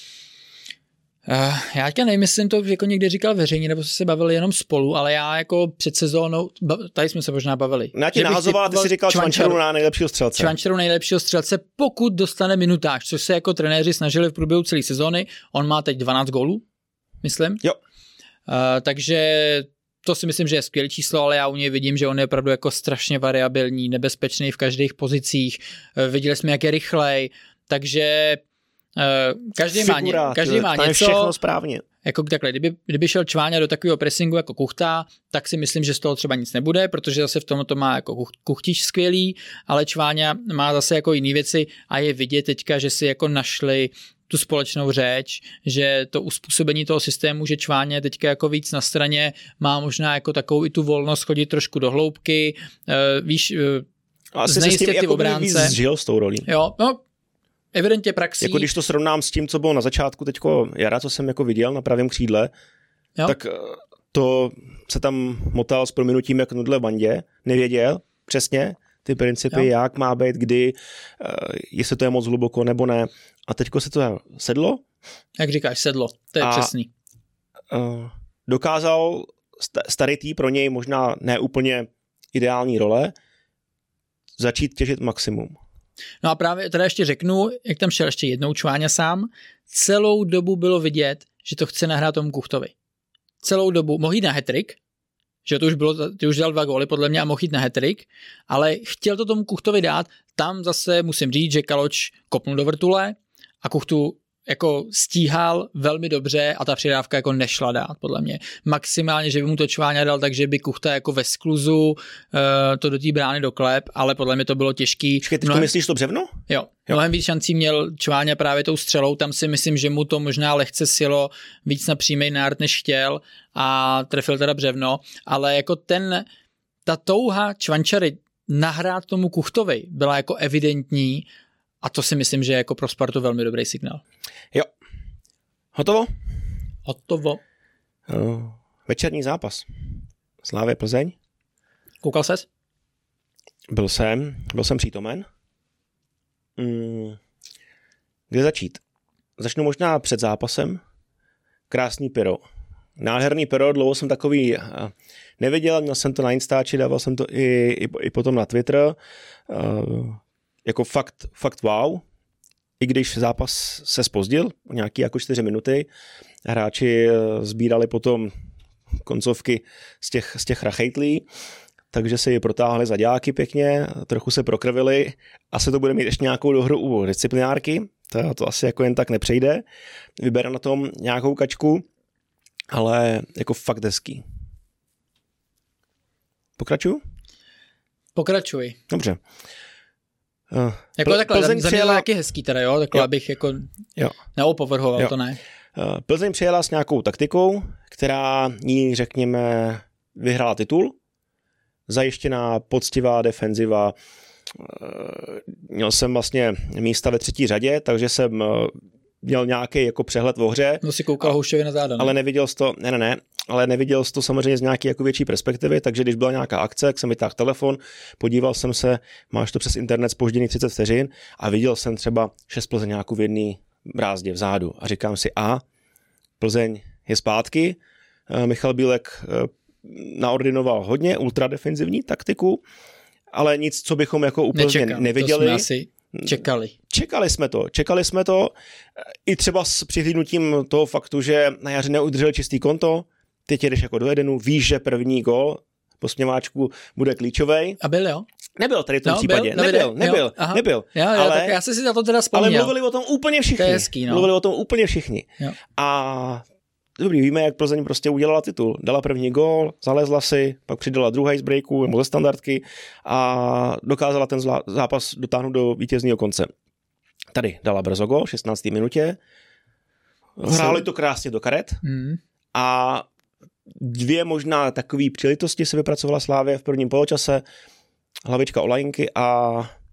S1: Já teďka nevím, jestli jsem to jako někdy říkal veřejně, nebo jsme se bavili jenom spolu, ale já jako před sezónou, tady jsme se možná bavili.
S2: Na ti nahazovala, ty jsi říkal Čvančaru na nejlepšího střelce.
S1: Čvančaru nejlepšího střelce, pokud dostane minutáž, což se jako trenéři snažili v průběhu celé sezóny. On má teď 12 gólů, myslím.
S2: Jo.
S1: Takže to si myslím, že je skvělé číslo, ale já u něj vidím, že on je opravdu jako strašně variabilní, nebezpečný v každých pozicích. Viděli jsme, jak je rychlej, takže každý má něco.
S2: Všechno správně.
S1: Jako takhle, kdyby šel Čváňa do takového pressingu jako Kuchta, tak si myslím, že z toho třeba nic nebude, protože zase v tom to má jako Kuchtič skvělý, ale Čváňa má zase jako jiné věci a je vidět teďka, že si jako našli tu společnou řeč, že to uspůsobení toho systému, že Čváňa teďka jako víc na straně, má možná jako takovou i tu volnost chodit trošku do hloubky, víš, znejistit ty obránce.
S2: Asi se s tím zžil s tou rolí.
S1: Jo, no, evidentně praxí.
S2: Jako když to srovnám s tím, co bylo na začátku teďko jara, co jsem jako viděl na pravém křídle, tak to se tam motal s prominutím jak nudle v bandě, nevěděl přesně ty principy, jak má být, kdy, jestli to je moc hluboko nebo ne. A teďko se to sedlo.
S1: Jak říkáš, sedlo, to je přesný.
S2: Dokázal starý tý pro něj možná ne úplně ideální role začít těžit maximum.
S1: No a právě teda ještě řeknu, jak tam šel ještě jednou Čváňa sám, celou dobu bylo vidět, že to chce nahrát tomu Kuchtovi. Celou dobu, mohl jít na hat-trick, že to už bylo, ty už dal 2 góly podle mě a mohl jít na hat-trick, ale chtěl to tomu Kuchtovi dát, tam zase musím říct, že Kaloč kopnul do vrtule a Kuchtu jako stíhal velmi dobře a ta přidávka jako nešla dát, podle mě. Maximálně, že by mu to Čváňa dal, takže by Kuchta jako ve skluzu to do té brány doklep, ale podle mě to bylo těžký.
S2: Teďko myslíš to břevno?
S1: Jo. Mnohem víc šancí měl Čváňa právě tou střelou, tam si myslím, že mu to možná lehce silo víc na přímý nárt, než chtěl a trefil teda břevno, ale jako ta touha Čvančary nahrát tomu Kuchtovi byla jako evidentní. A to si myslím, že je jako pro Spartu velmi dobrý signál.
S2: Jo. Hotovo?
S1: Hotovo.
S2: Večerní zápas. Slavia Plzeň.
S1: Koukal ses?
S2: Byl jsem přítomen. Kde začít? Začnu možná před zápasem. Krásný pyro. Nádherný pyro, dlouho jsem takový neviděl, měl jsem to na Instači, dával jsem to i potom na Twitter. Jako fakt wow, i když zápas se zpozdil, nějaký jako 4 minuty, hráči sbírali potom koncovky z těch rachejtlí, takže si ji protáhli za děláky pěkně, trochu se prokrvili, asi to bude mít ještě nějakou dohru u disciplinárky, to asi jako jen tak nepřejde, vybere na tom nějakou kačku, ale jako fakt hezký. Pokračuju?
S1: Pokračuj.
S2: Dobře.
S1: Jako takhle, za mě je taky hezký teda, jo? Takhle abych jako neopovrhoval, to ne.
S2: Plzeň přijela s nějakou taktikou, která ní, řekněme, vyhrála titul. Zajištěná, poctivá defenziva. Měl jsem vlastně místa ve 3. řadě, takže jsem měl nějaký jako přehled o hře.
S1: No si koukal Houšovi na záda.
S2: Ale neviděl jsi to, ale neviděl jsi to samozřejmě z nějaké jako větší perspektivy, takže když byla nějaká akce, tak jsem vytáhl telefon, podíval jsem se, máš to přes internet zpožděný 30 vteřin a viděl jsem třeba 6 Plzeňáků v jedné brázdě vzadu a říkám si, Plzeň je zpátky, Michal Bílek naordinoval hodně ultradefenzivní taktiku, ale nic, co bychom jako úplně neviděli.
S1: To jsme asi čekali.
S2: Čekali jsme to i třeba s přihlídnutím toho faktu, že na jaře neudrželi čistý konto, teď jdeš jako do jedenu, víš, že první gól po směváčku bude klíčovej.
S1: A byl, jo?
S2: Nebyl tady v tom případě. Nebyl.
S1: Ale, tak já si na to teda vzpomněl.
S2: Ale mluvili o tom úplně všichni.
S1: To je hezký, no.
S2: Mluvili o tom úplně všichni.
S1: Jo.
S2: A dobrý, víme, jak Plzeň prostě udělala titul. Dala první gól, zalezla si, pak přidala druhý z breaku, nebo ze standardky a dokázala ten zápas dotáhnout do vítězného konce. Tady dala brzo gól, v 16. minutě. Hráli to krásně do karet a 2 možná takové příležitosti se vypracovala Slavie v prvním poločase. Hlavička Olajinky a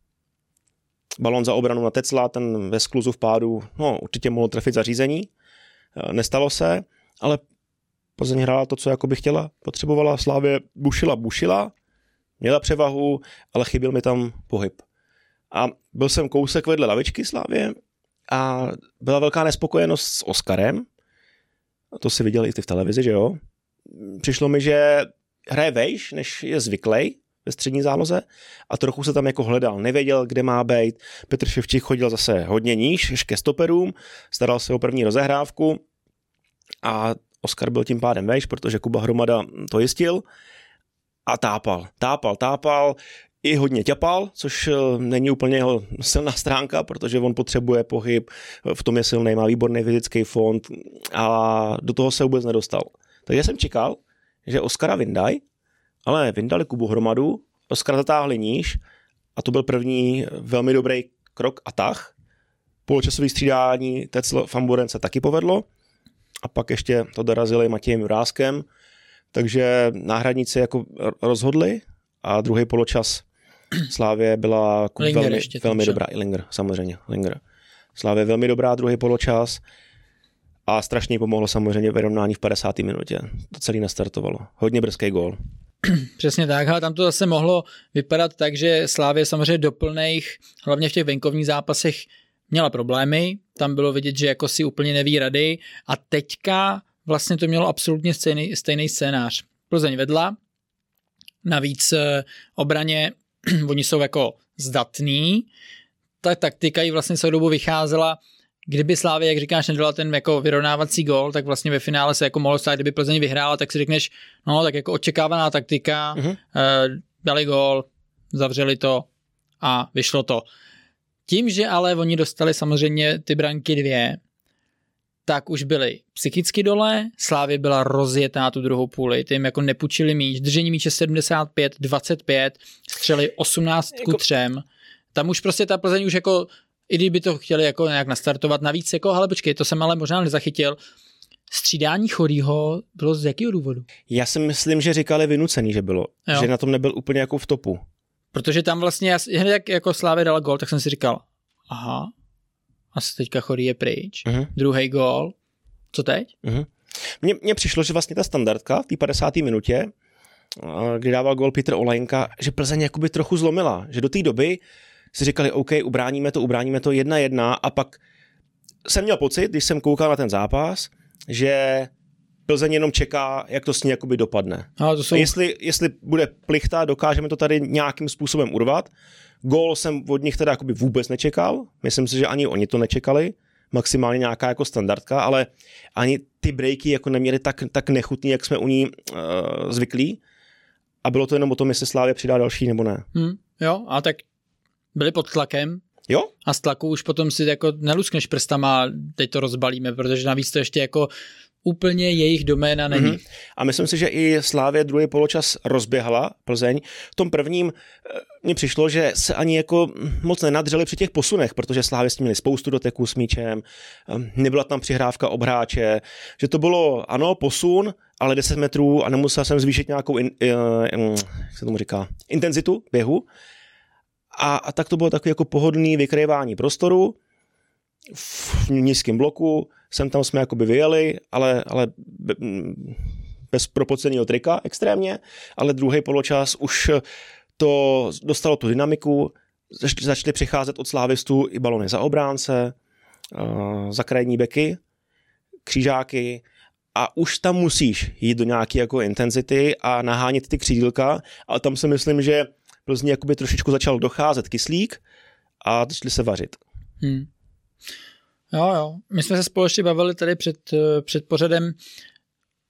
S2: balón za obranu na Tecla, ten ve skluzu v pádu, určitě mohl trefit zařízení. Nestalo se, ale Plzeň hrála to, co jako by chtěla. Potřebovala, Slavie bušila, měla převahu, ale chyběl mi tam pohyb. A byl jsem kousek vedle lavičky Slavie a byla velká nespokojenost s Oskarem. A to si viděl i ty v televizi, že jo? Přišlo mi, že hraje vejš, než je zvyklý ve střední záloze a trochu se tam jako hledal. Nevěděl, kde má být. Petr Ševčík chodil zase hodně níž ke stoperům, staral se o první rozehrávku a Oskar byl tím pádem vejš, protože Kuba Hromada to jistil a tápal. I hodně ťapal, což není úplně jeho silná stránka, protože on potřebuje pohyb, v tom je silný, má výborný fyzický fond a do toho se vůbec nedostal. Takže jsem čekal, že Oskara vyndají, ale vyndali Kubu Hromadu, Oskar zatáhli níž a to byl první velmi dobrý krok a tah. Poločasový střídání Tecl Famburen se taky povedlo a pak ještě to dorazili Matějem Juráskem, takže náhradníci jako rozhodli a druhý poločas Slavie byla velmi dobrá. I Linger, samozřejmě. Slavie velmi dobrá druhý poločas a strašně pomohlo samozřejmě vyrovnání v 50. minutě. To celý nastartovalo. Hodně brzký gól.
S1: Přesně tak, ale tam to zase mohlo vypadat tak, že Slavie samozřejmě do plných, hlavně v těch venkovních zápasech, měla problémy. Tam bylo vidět, že jako si úplně neví rady a teďka vlastně to mělo absolutně stejný scénář. Plzeň vedla, navíc obraně oni jsou jako zdatní, ta taktika jí vlastně celou dobu vycházela, kdyby Slavie, jak říkáš, nedala ten jako vyrovnávací gól, tak vlastně ve finále se jako mohlo stát, kdyby Plzeň vyhrála, tak si řekneš, no tak jako očekávaná taktika, dali gól, zavřeli to a vyšlo to. Tím, že ale oni dostali samozřejmě ty branky 2, tak už byli psychicky dole, Slavie byla rozjetá tu druhou půli, ty jim jako nepůjčili míč, držení míče 75-25, střeli 18-3, tam už prostě ta Plzeň už jako, i kdyby to chtěli jako nějak nastartovat, navíc jako, ale počkej, to jsem ale možná nezachytil, střídání Chorýho bylo z jakého důvodu? Já
S2: si myslím, že říkali vynucený, že bylo, že na tom nebyl úplně jako v topu.
S1: Protože tam vlastně, jak jako Slavie dala gól, tak jsem si říkal, aha, asi teďka Chorý je pryč. Druhý gól. Co teď?
S2: Mně přišlo, že vlastně ta standardka v té 50. minutě, kdy dával gól Petr Olajinka, že Plzeň jakoby trochu zlomila. Že do té doby si říkali, OK, ubráníme to 1-1 a pak jsem měl pocit, když jsem koukal na ten zápas, že Plzeň jenom čeká, jak to s ní jakoby dopadne. Jestli bude plichta, dokážeme to tady nějakým způsobem urvat. Gól jsem od nich teda jakoby vůbec nečekal. Myslím si, že ani oni to nečekali. Maximálně nějaká jako standardka, ale ani ty breaky jako neměly tak nechutný, jak jsme u ní zvyklí. A bylo to jenom o tom, jestli Slavie přidá další nebo ne.
S1: Jo, a tak byli pod tlakem.
S2: Jo?
S1: A z tlaku už potom si jako neluskneš prstama a teď to rozbalíme, protože navíc to ještě jako úplně jejich doména není.
S2: A myslím si, že i Slavie druhý poločas rozběhla Plzeň. V tom prvním mně přišlo, že se ani jako moc nenadřeli při těch posunech, protože Slavie s tím měli spoustu doteků s míčem, nebyla tam přihrávka obhráče, že to bylo, ano, posun, ale 10 metrů a nemusel jsem zvýšit nějakou jak se tomu říká, intenzitu běhu. A tak to bylo takový jako pohodlný vykryvání prostoru v nízkém bloku, sem tam jsme jakoby vyjeli, ale bez propoceného trika extrémně, ale druhý poločas už to dostalo tu dynamiku, začaly přicházet od slávistů i balony za obránce, za krajní beky, křížáky a už tam musíš jít do nějaké jako intenzity a nahánět ty křídílka, ale tam si myslím, že Plzni jakoby trošičku začal docházet kyslík a začali se vařit.
S1: Jo. My jsme se společně bavili tady před pořadem.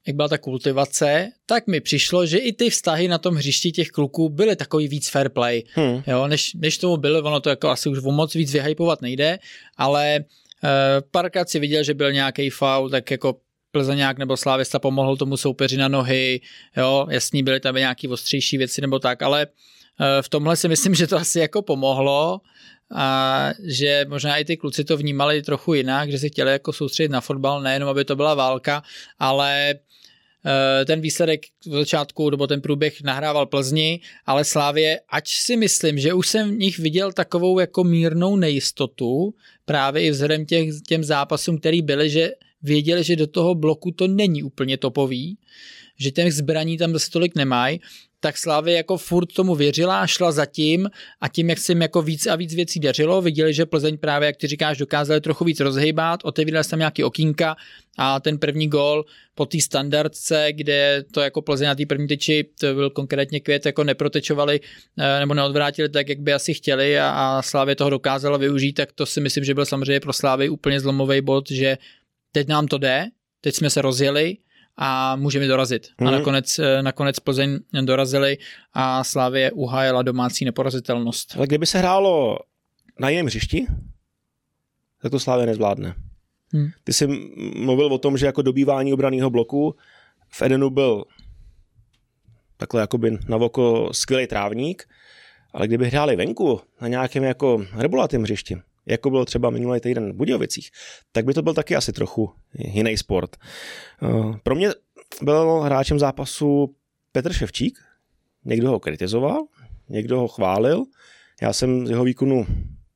S1: jak byla ta kultivace, tak mi přišlo, že i ty vztahy na tom hřišti těch kluků byly takový víc fair play. Jo, než tomu bylo, ono to jako asi už o moc víc vyhypovat nejde, ale párkrát si viděl, že byl nějaký faul, tak jako Plzeňák nebo Slávista pomohl tomu soupeři na nohy, jo, jasný, byly tam nějaký ostřejší věci nebo tak, ale v tomhle si myslím, že to asi jako pomohlo a že možná i ty kluci to vnímali trochu jinak, že si chtěli jako soustředit na fotbal, nejenom aby to byla válka, ale ten výsledek v začátku, nebo ten průběh nahrával Plzni, ale Slavie, ač si myslím, že už jsem v nich viděl takovou jako mírnou nejistotu, právě i vzhledem těm zápasům, který byly, že věděli, že do toho bloku to není úplně topový, že těch zbraní tam zase tolik nemají, tak Slavie jako furt tomu věřila, šla za tím a tím, jak se jim jako víc a víc věcí dařilo, viděli, že Plzeň právě, jak ty říkáš, dokázali trochu víc rozhejbat, otevírali se tam nějaký okýnka a ten první gól po té standardce, kde to jako Plzeň na té první tyči, to byl konkrétně Květ, jako neprotečovali nebo neodvrátili tak, jak by asi chtěli a Slavie toho dokázala využít, tak to si myslím, že byl samozřejmě pro Slavii úplně zlomový bod, že teď nám to jde, teď jsme se rozjeli a můžeme dorazit. A nakonec Plzeň dorazili a Slavie uhájila domácí neporazitelnost.
S2: Ale kdyby se hrálo na jiném hřišti, tak to Slavie nezvládne. Ty jsi mluvil o tom, že jako dobývání obranného bloku v Edenu byl takhle jakoby na oko skvělý trávník, ale kdyby hráli venku na nějakém jako rebolatém hřišti, jako bylo třeba minulý týden v Budějovicích, tak by to byl taky asi trochu jiný sport. Pro mě byl hráčem zápasu Petr Ševčík. Někdo ho kritizoval, někdo ho chválil. Já jsem z jeho výkonu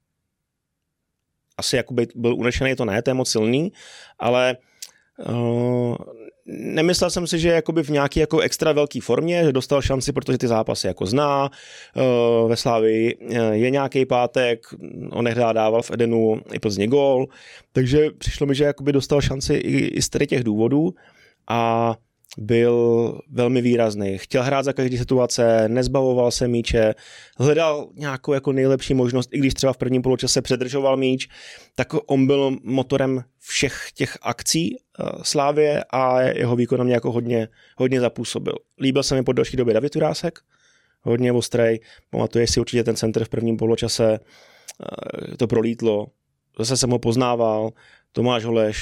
S2: asi jakoby byl unešený, to ne, to je moc silný, ale nemyslel jsem si, že jakoby v nějaké jako extra velké formě, že dostal šanci, protože ty zápasy jako zná. Ve Slavii je nějaký pátek, on nehrá, dával v Edenu i Plzně gól, takže přišlo mi, že jakoby dostal šanci i z těch důvodů a byl velmi výrazný. Chtěl hrát za každý situace, nezbavoval se míče, hledal nějakou jako nejlepší možnost, i když třeba v prvním poločase předržoval míč, tak on byl motorem všech těch akcí Slávie a jeho výkonem mě jako hodně zapůsobil. Líbil se mi po další době David Jurásek, hodně ostrej, pamatuješ si určitě ten center v prvním poločase, to prolítlo, zase jsem ho poznával, Tomáš Holeš,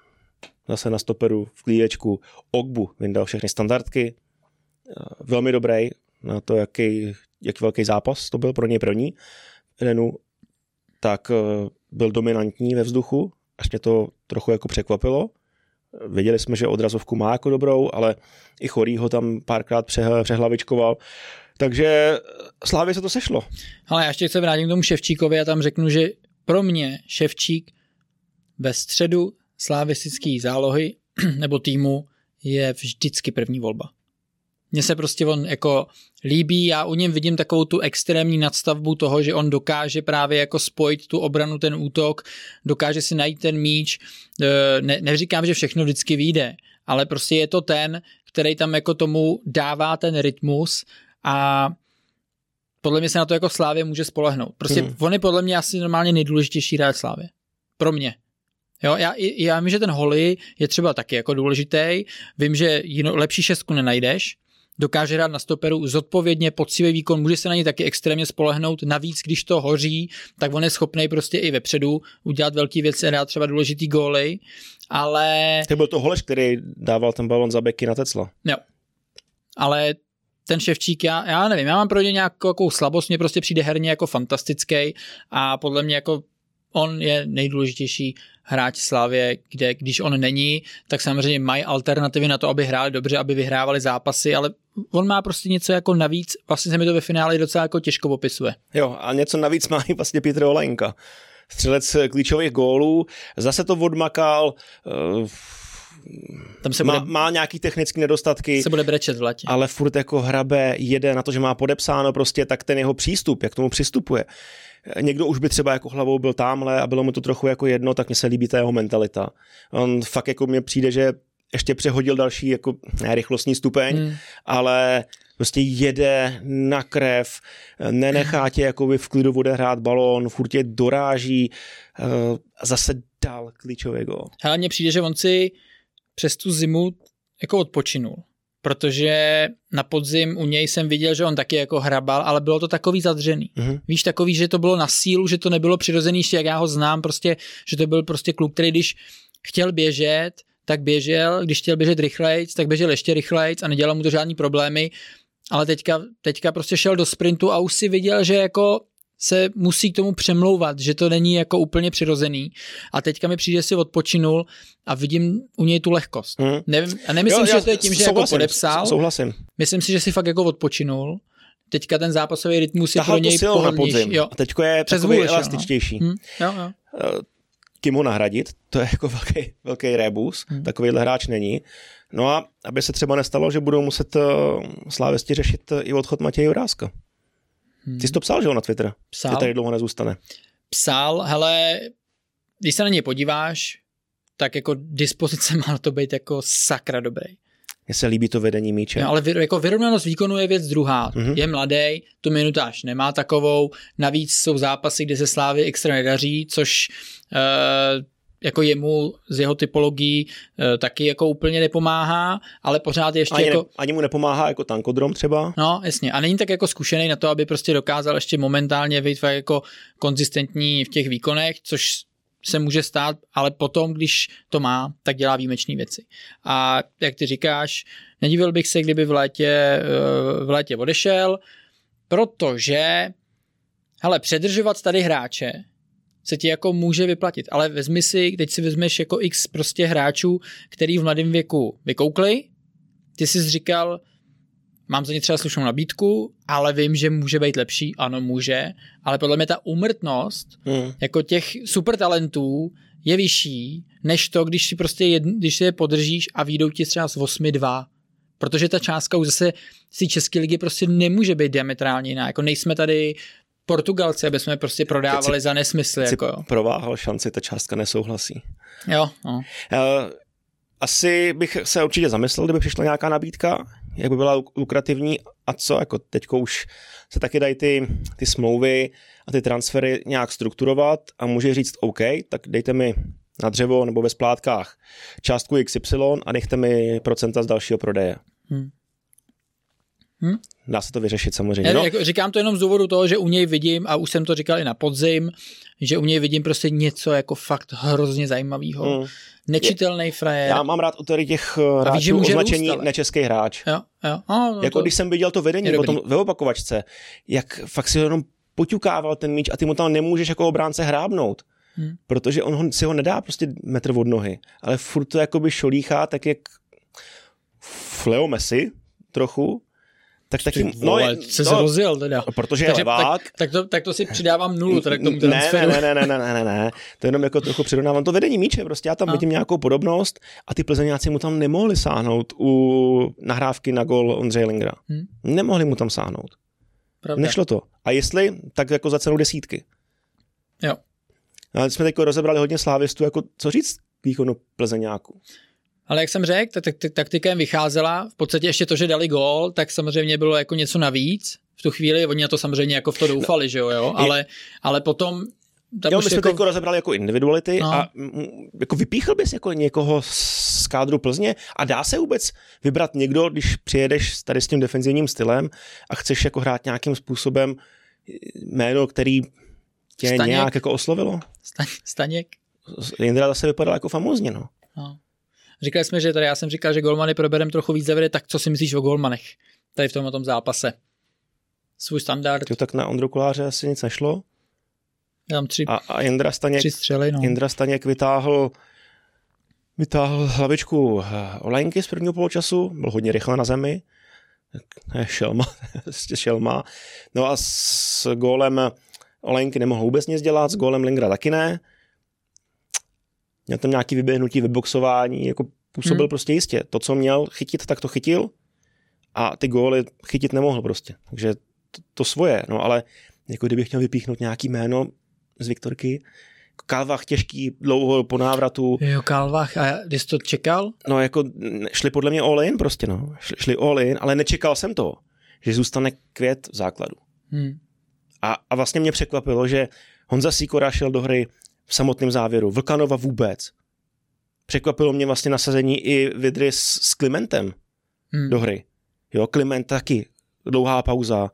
S2: zase na stoperu v klídečku, Ogbu vyndal všechny standardky, velmi dobrý na to, jaký velký zápas to byl pro něj první Edenu, tak byl dominantní ve vzduchu, až mě to trochu jako překvapilo. Věděli jsme, že odrazovku má jako dobrou, ale i Chorý ho tam párkrát přehlavičkoval. Takže Slávě se to sešlo.
S1: Ale já ještě se vrátím k tomu Ševčíkovi a tam řeknu, že pro mě Ševčík ve středu slavistické zálohy nebo týmu je vždycky první volba. Mně se prostě on jako líbí, já u něm vidím takovou tu extrémní nadstavbu toho, že on dokáže právě jako spojit tu obranu, ten útok, dokáže si najít ten míč, neříkám, že všechno vždycky vyjde, ale prostě je to ten, který tam jako tomu dává ten rytmus a podle mě se na to jako Slávě může spolehnout. Prostě on je podle mě asi normálně nejdůležitější hráč Slávě. Pro mě. Jo, já vím, že ten Holly je třeba taky jako důležitý, vím, že lepší šestku nenajdeš, dokáže hrát na stoperu zodpovědně, poctivý výkon, může se na něj taky extrémně spolehnout, navíc, když to hoří, tak on je schopný prostě i vepředu udělat velký věci a dát třeba důležitý góly, ale...
S2: To byl to Holeš, který dával ten balon za beky na Tecla.
S1: Jo, ale ten Ševčík, já nevím, já mám pro ně nějakou slabost, mě prostě přijde herně jako fantastický a podle mě jako on je nejdůležitější hráč Slavie, kde když on není, tak samozřejmě mají alternativy na to, aby hráli dobře, aby vyhrávali zápasy, ale on má prostě něco jako navíc, vlastně se mi to ve finále docela jako těžko popisuje.
S2: Jo, a něco navíc má i vlastně Petr Olejnka. Střelec klíčových gólů, zase to odmakal, tam se má nějaký technické nedostatky.
S1: Se bude brečet v latě.
S2: Ale furt jako hrabe, jede na to, že má podepsáno prostě, tak ten jeho přístup, jak tomu přistupuje. Někdo už by třeba jako hlavou byl támhle a bylo mu to trochu jako jedno, tak mně se líbí ta jeho mentalita. On fakt jako mně přijde, že ještě přehodil další jako rychlostní stupeň, ale prostě jede na krev, nenechá tě jakoby v klidu odehrát balón, furt tě doráží a zase dal klíčový gól.
S1: Hele, mně přijde, že on si přes tu zimu jako odpočinul. Protože na podzim u něj jsem viděl, že on taky jako hrabal, ale bylo to takový zadřený. Víš, takový, že to bylo na sílu, že to nebylo přirozený, ještě jak já ho znám, prostě, že to byl prostě kluk, který když chtěl běžet, tak běžel, když chtěl běžet rychlejc, tak běžel ještě rychlejc a nedělal mu to žádný problémy, ale teďka prostě šel do sprintu a už si viděl, že jako se musí k tomu přemlouvat, že to není jako úplně přirozený. A teďka mi přijde, že si odpočinul a vidím u něj tu lehkost. Nevím, a nemyslím, že to je tím, že jako podepsal.
S2: Souhlasím.
S1: Myslím si, že si fakt jako odpočinul. Teďka ten zápasový rytmus je pro něj pohodlnější.
S2: A teďko je takový elastičtější.
S1: Jo.
S2: Kým ho nahradit, to je jako velký rébus, takovýhle hráč není. No a aby se třeba nestalo, že budou muset slávisti řešit i odchod Matěje Juráska. Ty jsi to psal, že ho na Twitter?
S1: Psal.
S2: Že tady dlouho nezůstane.
S1: Psal, hele, když se na něj podíváš, tak jako dispozice má to být jako sakra dobrý.
S2: Mně se líbí to vedení míče.
S1: No, ale jako vyrovnanost výkonu je věc druhá. Je mladý, tu minutáž nemá takovou, navíc jsou zápasy, kde se Slávy extra nedaří, což jako jemu z jeho typologií taky jako úplně nepomáhá, ale pořád ještě
S2: ani mu nepomáhá jako Tankodrom třeba.
S1: No, jasně. A není tak jako zkušený na to, aby prostě dokázal ještě momentálně být jako konzistentní v těch výkonech, což se může stát, ale potom, když to má, tak dělá výjimečné věci. A jak ty říkáš, nedivil bych se, kdyby v létě odešel, protože předržovat tady hráče se ti jako může vyplatit, ale vezmi si, teď si vezmeš jako x prostě hráčů, který v mladém věku vykoukli, ty jsi říkal, mám za ně třeba slušnou nabídku, ale vím, že může být lepší, ano může, ale podle mě ta úmrtnost jako těch super talentů je vyšší, než to, když si prostě když si je podržíš a výjdou ti třeba z 8-2, protože ta částka už zase z té české ligy prostě nemůže být diametrálně jiná, jako nejsme tady Portugalci, aby jsme prostě prodávali za nesmysly. Jako,
S2: prováhal šanci, ta částka nesouhlasí.
S1: Jo. No.
S2: Asi bych se určitě zamyslel, kdyby přišla nějaká nabídka, jak by byla lukrativní a co, jako teďko už se taky dají ty smlouvy a ty transfery nějak strukturovat a může říct OK, tak dejte mi na dřevo nebo ve splátkách částku XY a nechte mi procenta z dalšího prodeje. Dá se to vyřešit samozřejmě.
S1: Jako říkám to jenom z důvodu toho, že u něj vidím, a už jsem to říkal i na podzim, že u něj vidím prostě něco jako fakt hrozně zajímavého. Nečitelný frajer.
S2: Já mám rád u těch hráčů označení nečeský hráč.
S1: Jo.
S2: Jako když jsem viděl to vedení potom ve opakovačce, jak fakt si jenom poťukával ten míč a ty mu tam nemůžeš jako obránce hrábnout. Protože on si ho nedá prostě metr od nohy. Ale furt to jakoby šolíchá tak jak Leo Messi trochu. Tak taky,
S1: se rozjel teda.
S2: Protože je levák.
S1: Tak to si přidávám nulu teda k tomu transferu.
S2: Ne. To jenom jako trochu přirovnávám to vedení míče. Prostě já tam vidím nějakou podobnost a ty Plzeňáci mu tam nemohli sáhnout u nahrávky na gól Ondřeje Lingera. Nemohli mu tam sáhnout. Pravda. Nešlo to. A jestli, tak jako za cenu 10.
S1: Jo.
S2: A jsme teď rozebrali hodně slávistů, jako co říct k výkonu Plzeňáků.
S1: Ale jak jsem řekl, taktika jim vycházela, v podstatě ještě to, že dali gól, tak samozřejmě bylo jako něco navíc. V tu chvíli oni na to samozřejmě jako v to doufali, že jo, ale potom...
S2: My jsme teď rozebrali jako individuality a jako vypíchl bys jako někoho z kádru Plzně a dá se vůbec vybrat někdo, když přijedeš tady s tím defenzivním stylem a chceš jako hrát nějakým způsobem jméno, který tě nějak jako oslovilo?
S1: Staněk.
S2: Jindra zase vypadal jako famózně, no.
S1: Říkali jsme, že tady já jsem říkal, že golmany proberem trochu víc zavede, tak co si myslíš o golmanech tady v tomhle zápase? Svůj standard.
S2: Jo, tak na Ondru Koláře asi nic nešlo.
S1: Tam
S2: a Jindra Staněk,
S1: 3 střely, no.
S2: Jindra Staněk vytáhl hlavičku Olenky z prvního poločasu, byl hodně rychle na zemi. Šelma. No a s gólem Olenky nemohl vůbec nic dělat, s gólem Lingera taky ne. Měl tam nějaký vyběhnutí, vyboxování, jako působil prostě jistě. To, co měl chytit, tak to chytil a ty góly chytit nemohl prostě. Takže to svoje, no ale jako kdybych chtěl vypíchnout nějaký jméno z Viktorky, Kalvach těžký, dlouho po návratu.
S1: Jo, Kalvach, a když to čekal?
S2: No jako šli podle mě all in prostě, no. Šli all in, ale nečekal jsem to, že zůstane Květ v základu. A vlastně mě překvapilo, že Honza Sýkora šel do hry v samotném závěru. Vlkanova vůbec. Překvapilo mě vlastně nasazení i Vydry s Klimentem do hry. Jo, Kliment taky, dlouhá pauza.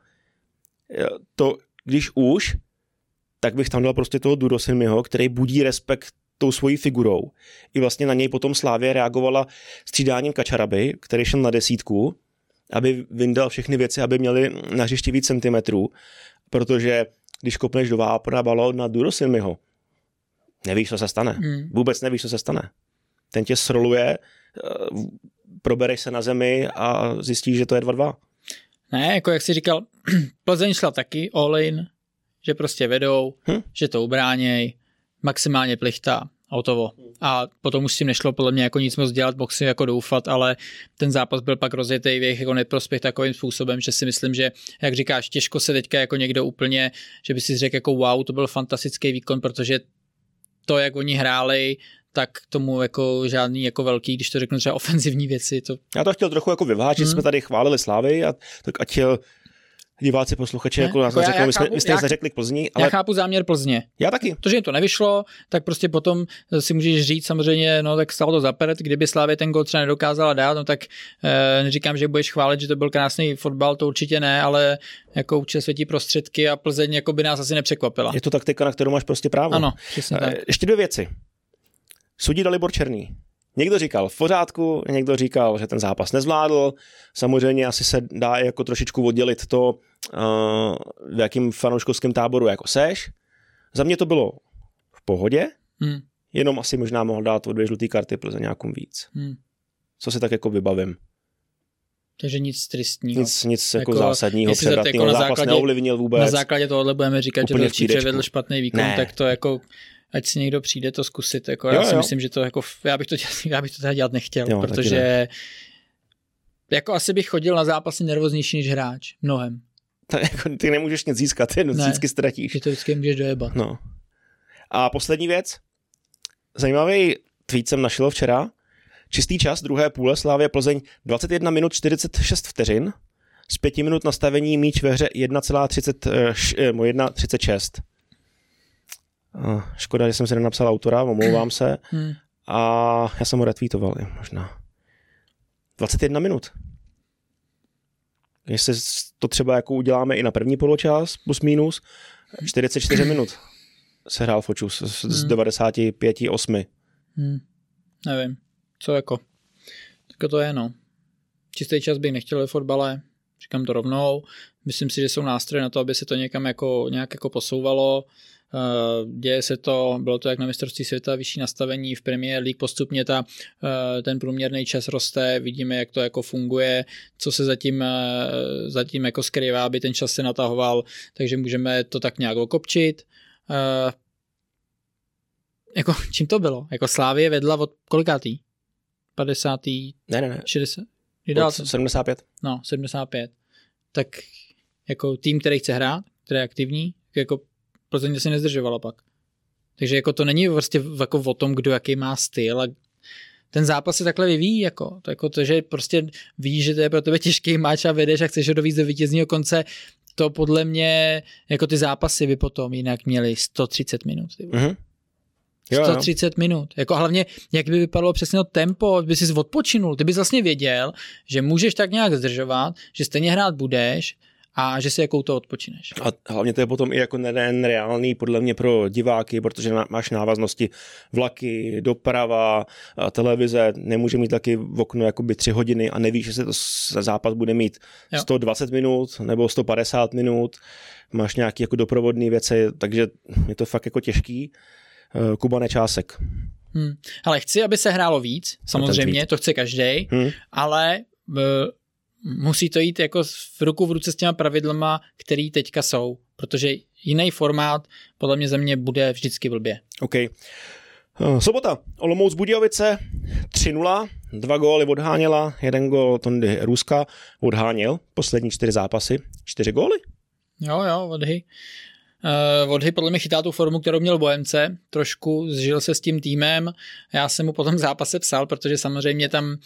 S2: To, když už, tak bych tam dal prostě toho Durosinmiho, který budí respekt tou svojí figurou. I vlastně na něj potom Slavia reagovala střídáním Kačaraby, který šel na 10, aby vyndal všechny věci, aby měli na hřišti víc centimetrů, protože když kopneš do vápna balón na Durosinmiho, nevíš, co se stane. Vůbec nevíš, co se stane. Ten tě sroluje, probereš se na zemi a zjistíš, že to je 2-2.
S1: Ne, jako jak jsi říkal, Plzeň šla taky all in, že prostě vedou, že to ubráněj, maximálně plichta, hotovo. A potom už s tím nešlo podle mě jako nic moc dělat, mohl si jako doufat, ale ten zápas byl pak rozjetý v jejich jako neprospěch takovým způsobem, že si myslím, že, jak říkáš, těžko se teďka jako někdo úplně, že by si řekl jako wow, to byl fantastický výkon, protože to, jak oni hráli, tak tomu jako žádný jako velký, když to řeknu třeba ofenzivní věci. To...
S2: Já to chtěl trochu jako vyvážit, jsme tady chválili Slávy, a tak ať diváci, posluchači, jako nás neřeknou, my jste neřekli k Plzni. Ale...
S1: Já chápu záměr Plzně.
S2: Já taky.
S1: To, že jim to nevyšlo, tak prostě potom si můžeš říct samozřejmě, no tak stalo to za peret, kdyby Slávě ten gól třeba nedokázala dát, no tak neříkám, že budeš chválit, že to byl krásný fotbal, to určitě ne, ale jako určitě světí prostředky a Plzeň jako by nás asi nepřekvapila.
S2: Je to taktika, na kterou máš prostě právo.
S1: Ano, přesně tak.
S2: Ještě 2 věci. Sudí Dalibor Černý. Někdo říkal v pořádku, někdo říkal, že ten zápas nezvládl. Samozřejmě asi se dá jako trošičku oddělit to, v jakým fanouškovském táboru jako seš. Za mě to bylo v pohodě, jenom asi možná mohl dát o 2 žluté karty Plzeň nějakým víc. Co si tak jako vybavím.
S1: Takže nic tristního.
S2: Nic jako zásadního, převratného, jako zápas neovlivnil vůbec.
S1: Na základě tohohle budeme říkat, že Dolčík převedl špatný výkon, tak to jako... Ať si někdo přijde to zkusit, jako já si myslím, že to jako, já bych to teda dělat nechtěl, protože jako asi bych chodil na zápasy nervóznější než hráč, mnohem.
S2: Ty nemůžeš nic získat, ty vždycky ztratíš.
S1: Ty to vždycky můžeš dojebat.
S2: No. A poslední věc, zajímavý tweet jsem našel včera, čistý čas, druhé půle, Slavia Plzeň 21 minut 46 vteřin, z 5 minut nastavení míč ve hře 1,36. Škoda, že jsem si nenapsal autora, omlouvám se. A já jsem ho retweetoval, možná. 21 minut. Jestli to třeba jako uděláme i na první poločas, plus minus, 44 minut se hrál Fočus z 95,8.
S1: Nevím, co jako. Tak to je, no. Čistý čas bych nechtěl ve fotbale, říkám to rovnou. Myslím si, že jsou nástroje na to, aby se to někam jako, nějak jako posouvalo. Děje se to, bylo to jak na mistrovství světa, vyšší nastavení v Premier League, postupně ten průměrný čas roste, vidíme, jak to jako funguje, co se zatím jako skrývá, aby ten čas se natahoval, takže můžeme to tak nějak okopčit. Jako, čím to bylo? Jako Slavie vedla od kolikátý? 50.
S2: Ne.
S1: 60.
S2: 75.
S1: No, 75. Tak jako tým, který chce hrát, který je aktivní, jako Plzeň se nezdržovala pak. Takže jako to není vlastně jako o tom, kdo jaký má styl a ten zápas se takhle vyvíjí, jako to, že prostě víš, že to je pro tebe těžký máč a vedeš a chceš ho dovíct do vítězního konce, to podle mě, jako ty zápasy by potom jinak měly 130 minut. 130 minut. Jako hlavně, jak by vypadalo přesně to tempo, by si odpočinul, ty bys vlastně věděl, že můžeš tak nějak zdržovat, že stejně hrát budeš, a že si jakou to odpočineš.
S2: A hlavně to je potom i jako nereálný podle mě pro diváky, protože máš návaznosti vlaky, doprava, televize, nemůže mít taky v okno jakoby 3 hodiny a nevíš, jestli to zápas bude mít 120 minut nebo 150 minut, máš nějaké jako doprovodné věci, takže je to fakt jako těžký. Kuba Nečásek.
S1: Ale chci, aby se hrálo víc, samozřejmě, to chce každej, ale musí to jít jako v ruku v ruce s těma pravidlama, které teďka jsou, protože jiný formát podle mě za mě bude vždycky blbě.
S2: OK. Sobota. Olomouc Budějovice 3-0, 2 góly odháněla, 1 gól Tondy Ruska odháněl, poslední 4 zápasy, 4 góly.
S1: Jo, Vodhy. Vodhy podle mě chytá tu formu, kterou měl Bohemce, trošku zžil se s tím týmem, já jsem mu po tom zápase psal, protože samozřejmě tam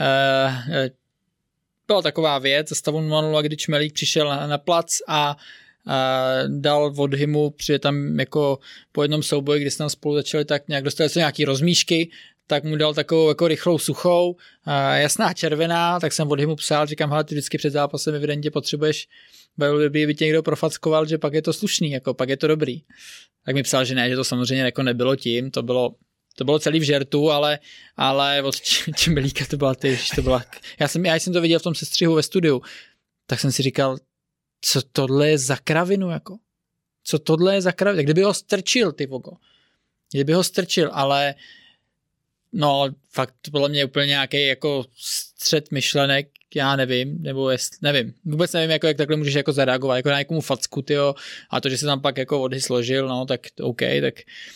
S1: byla taková věc, stavu 0-0, kdy Čmelík přišel na plac a dal Vodhymu, přijde tam jako po jednom souboji, kdy se tam spolu začali tak nějak dostali se nějaký rozmíšky, tak mu dal takovou jako rychlou suchou, jasná červená, tak jsem od mu psal, říkám, hele, ty vždycky před zápasem evidentně potřebuješ, by tě někdo profackoval, že pak je to slušný, jako pak je to dobrý. Tak mi psal, že ne, že to samozřejmě jako nebylo tím, to bylo celý v žertu, ale od Čemelíka to byla já jsem to viděl v tom sestřihu ve studiu, tak jsem si říkal, co tohle je za kravinu, jako? Co tohle je za kravinu? Kdyby ho strčil, ty vogo. Ale no, fakt to bylo mě úplně nějaký jako střet myšlenek, já nevím, nebo nevím. Vůbec nevím, jako, jak takhle můžeš jako zareagovat, jako na někomu facku, tyjo, a to, že se tam pak jako odhy složil, no, tak OK, tak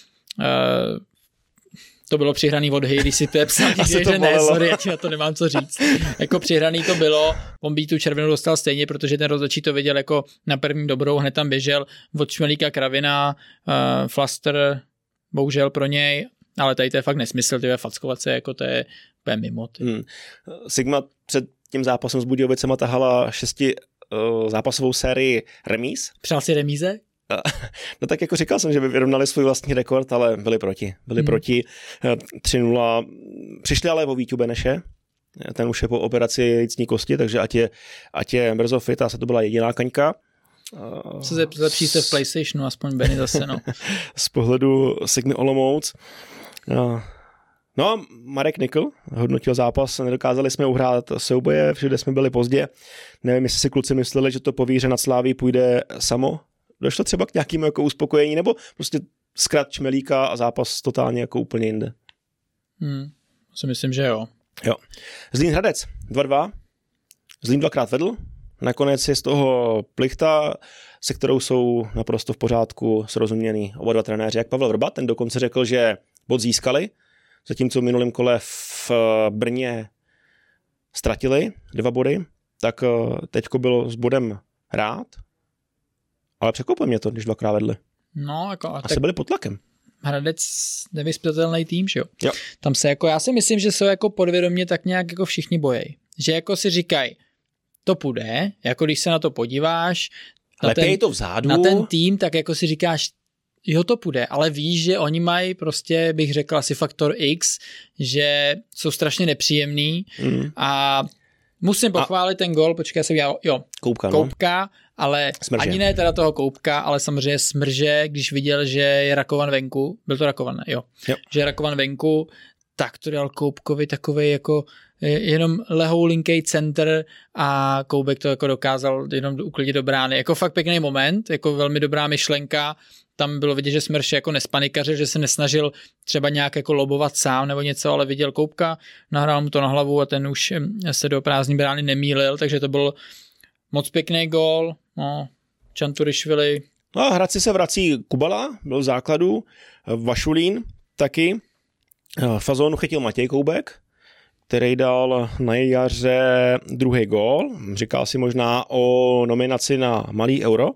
S1: to bylo přihraný odhy, když si to psal, že ne, sorry, já ti na to nemám co říct. Jako přihraný to bylo, on by tu červenou dostal stejně, protože ten rozhodčí to viděl jako na první dobrou, hned tam běžel od Čmelíka kravina, Flaster, bohužel pro něj, ale tady to je fakt nesmysl, ty fackovat se, jako to je mimo.
S2: Sigma před tím zápasem s Budějovicema tahala 6 zápasovou sérii remíz.
S1: Přál si remíze?
S2: No tak jako říkal jsem, že by vyrovnali svůj vlastní rekord, ale byli proti. 3-0. Přišli ale o Víťu Beneše, ten už je po operaci jícní kosti, takže ať je brzo fit, a se to byla jediná kaňka.
S1: Se zlepší se v PlayStationu, aspoň Benny zase, no.
S2: Z pohledu Sigmy Olomouc. No, Marek Nikl hodnotil zápas, nedokázali jsme uhrát souboje, všude jsme byli pozdě. Nevím, jestli si kluci mysleli, že to povíře nad Sláví půjde samo. Došlo třeba k nějakému jako uspokojení, nebo prostě zkrat Čmelíka a zápas totálně jako úplně jinde?
S1: Si myslím, že jo.
S2: Zlín Hradec 2-2. Zlín dvakrát vedl. Nakonec je z toho Plichta, se kterou jsou naprosto v pořádku srozuměný oba dva trenéři. Jak Pavel Vrba, ten dokonce řekl, že bod získali, zatímco v minulém kole v Brně ztratili 2 body, tak teďko bylo s bodem rád, ale překvapuje mě to, když dvakrát vedli.
S1: No, jako,
S2: asi byli pod tlakem.
S1: Hradec nevyspětelný tým, že jo?
S2: Jo.
S1: Tam se jako, já si myslím, že jsou jako podvědomě tak nějak jako všichni bojejí. Že jako si říkají, to půjde, jako když se na to podíváš, na ten tým, tak jako si říkáš, jo, to půjde, ale víš, že oni mají prostě, bych řekl, asi faktor X, že jsou strašně nepříjemný a musím pochválit ten gol, počkej, se udělal, Koupka, ale Smrže. Ani ne teda toho Koupka, ale samozřejmě Smrže, když viděl, že je Rakovan venku, byl to Rakovan, ne? Jo. Že je Rakovan venku, tak to dal Koupkovi takovej jako jenom lehoulinkej center a Koubek to jako dokázal jenom uklidit do brány. Jako fakt pěkný moment, jako velmi dobrá myšlenka. Tam bylo vidět, že Smrš jako nespanikařil, že se nesnažil třeba nějak jako lobovat sám nebo něco, ale viděl Koupka, nahrál mu to na hlavu a ten už se do prázdní brány nemýlil, takže to byl moc pěkný gól. No, Čanturišvili.
S2: No a Hradci se vrací Kubala, byl v základu, Vašulín taky. Fazónu chytil Matěj Koubek, který dal na jaře 2. gól. Říkal si možná o nominaci na malý euro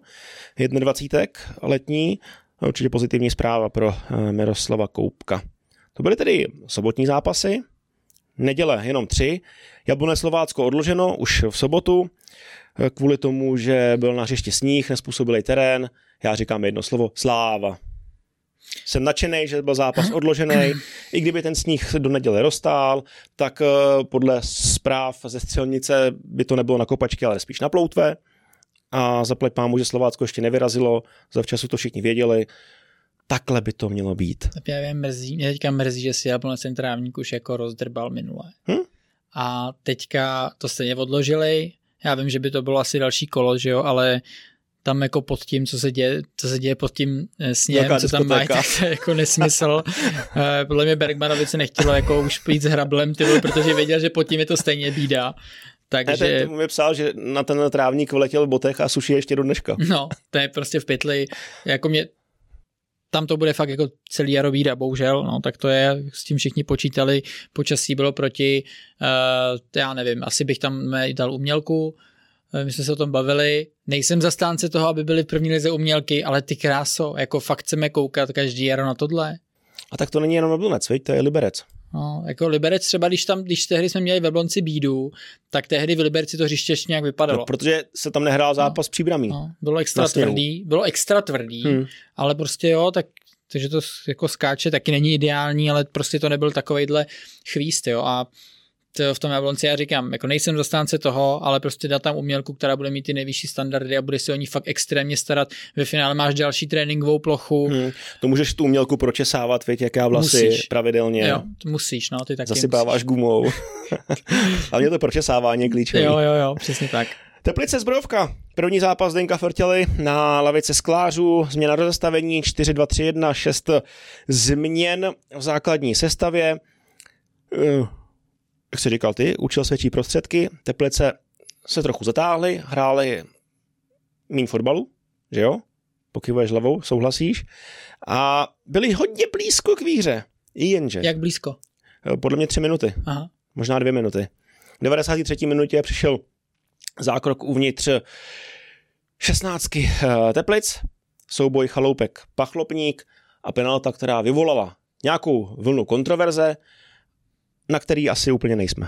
S2: 21 letní. Určitě pozitivní zpráva pro Miroslava Koubka. To byly tedy sobotní zápasy. Neděle jenom 3. Jablonec Slovácko odloženo už v sobotu kvůli tomu, že byl na hřišti sníh, nezpůsobilý terén. Já říkám jedno slovo, sláva. Jsem nadšený, že byl zápas odložený. I kdyby ten sníh do neděle roztál, tak podle zpráv ze střelnice by to nebylo na kopačky, ale spíš na ploutve. A zaplať pámu, že Slovácko ještě nevyrazilo, zavčasu to všichni věděli. Takhle by to mělo být.
S1: Mě teďka mrzí, že si Jablonec ten trávník už jako rozdrbal minule. A teďka to stejně odložili. Já vím, že by to bylo asi další kolo, že jo, ale tam jako pod tím, co se děje pod tím sněhem, co tam mají, tak to je jako nesmysl. Podle mě Bergmanovic se nechtělo jako už pít s hrablem, protože věděl, že pod tím je to stejně bída. Takže...
S2: Ten mi psal, že na ten trávník vletěl v botech a suší ještě do dneška.
S1: No, to je prostě v pytli. Jako tam to bude fakt jako celý jaro bída, bohužel, no, tak to je, s tím všichni počítali, počasí bylo proti, já nevím, asi bych tam dal umělku, my jsme se o tom bavili, nejsem zastánce toho, aby byly v první lize umělky, ale ty kráso, jako fakt chceme koukat každý jaro na tohle.
S2: A tak to není jenom Jablonec, to je Liberec.
S1: No, jako Liberec třeba, když tehdy jsme měli v Jablonci bídu, tak tehdy v Liberci to hřiště ještě nějak vypadalo.
S2: No, protože se tam nehrál zápas Příbramí.
S1: No, bylo extra tvrdý, ale prostě jo, tak takže to jako skáče, taky není ideální, ale prostě to nebyl takovejhle chvíst, jo, a v tom Jablonci já říkám, jako nejsem zastánce toho, ale prostě dát tam umělku, která bude mít ty nejvyšší standardy a bude si o ní fakt extrémně starat. Ve finále máš další tréninkovou plochu.
S2: To můžeš tu umělku pročesávat, víš, jaká vlasy musíš. Pravidelně.
S1: Jo, musíš, no, ty taky
S2: zasypáváš
S1: musíš.
S2: Gumou. Hlavně to pročesávání je klíčové.
S1: Jo, přesně tak.
S2: Teplice Zbrojovka. První zápas Zdeňka Frtěly na lavici sklářů. Změna rozestavení 4-2-3-1, 6 změn v základní sestavě. Jak jsi říkal ty, učil světší prostředky. Teplice se trochu zatáhly, hráli míň fotbalu, že jo? Pokyvuješ hlavou, souhlasíš. A byli hodně blízko k výhře. Jenže.
S1: Jak blízko?
S2: Podle mě 3 minuty.
S1: Aha.
S2: Možná 2 minuty. V 93. minutě přišel zákrok uvnitř 16 Teplic, souboj Chaloupek Pachlopník a penalta, která vyvolala nějakou vlnu kontroverze, na který asi úplně nejsme.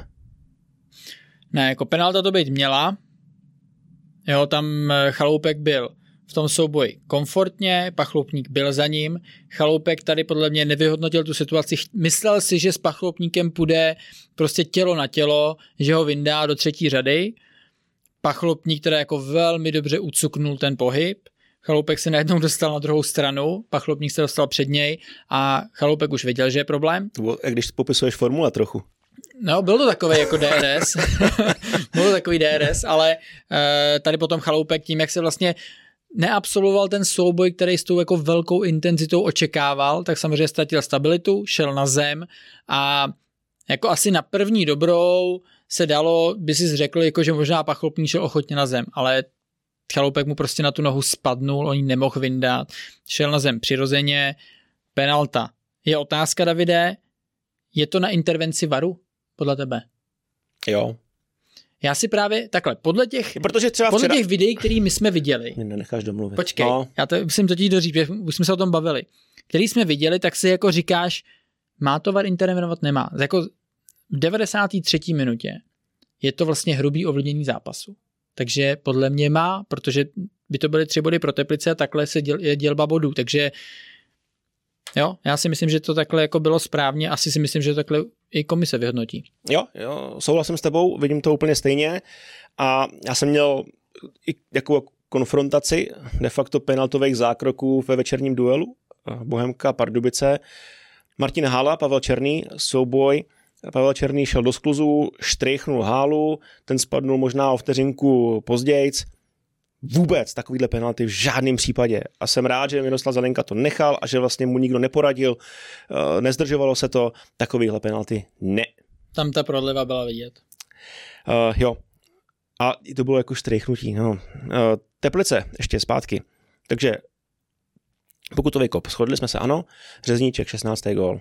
S1: Ne, jako penalta to být měla. Jo, tam Chaloupek byl v tom souboji komfortně, Pachlopník byl za ním. Chaloupek tady podle mě nevyhodnotil tu situaci. Myslel si, že s Pachlopníkem půjde prostě tělo na tělo, že ho vyndá do 3. řady. Pachlopník teda jako velmi dobře ucuknul ten pohyb. Chaloupek se najednou dostal na druhou stranu, Pachlopník se dostal před něj a Chaloupek už věděl, že je problém.
S2: To bylo, jak když popisuješ formule trochu.
S1: No, byl to takový jako DRS. Byl to takový DRS, ale tady potom Chaloupek tím, jak se vlastně neabsolvoval ten souboj, který s tou jako velkou intenzitou očekával, tak samozřejmě ztratil stabilitu, šel na zem a jako asi na první dobrou se dalo, by si řekl, jako, že možná Pachlopník šel ochotně na zem, ale Chaloupek mu prostě na tu nohu spadnul, on ji nemohl vyndat, šel na zem přirozeně, penalta. Je otázka, Davide, je to na intervenci VARu, podle tebe?
S2: Jo.
S1: Já si právě takhle, podle těch videí, které my jsme viděli.
S2: Mě nenecháš domluvit.
S1: Počkej, já to musím totiž doříct, už jsme se o tom bavili. Který jsme viděli, tak si jako říkáš, má to VAR intervenovat, nemá. Jako v 93. minutě je to vlastně hrubý ovlivnění zápasu. Takže podle mě má, protože by to byly 3 body pro Teplice a takhle se je dělba bodů. Takže jo, já si myslím, že to takhle jako bylo správně, asi si myslím, že to takhle i komise vyhodnotí.
S2: Jo, souhlasím s tebou, vidím to úplně stejně a já jsem měl i takovou konfrontaci de facto penaltových zákroků ve večerním duelu Bohemka Pardubice. Martin Hála, Pavel Černý, souboj. Pavel Černý šel do skluzu, štrychnul Hálu, ten spadnul možná o vteřinku pozdějc. Vůbec takovýhle penalty v žádném případě. A jsem rád, že Miroslav Zelenka to nechal a že vlastně mu nikdo neporadil, nezdržovalo se to, takovýhle penalty ne.
S1: Tam ta prodleva byla vidět.
S2: Jo. A to bylo jako štrychnutí. No. Teplice, ještě zpátky. Takže pokutový kop, shodli jsme se, ano, Řezníček, 16. gól.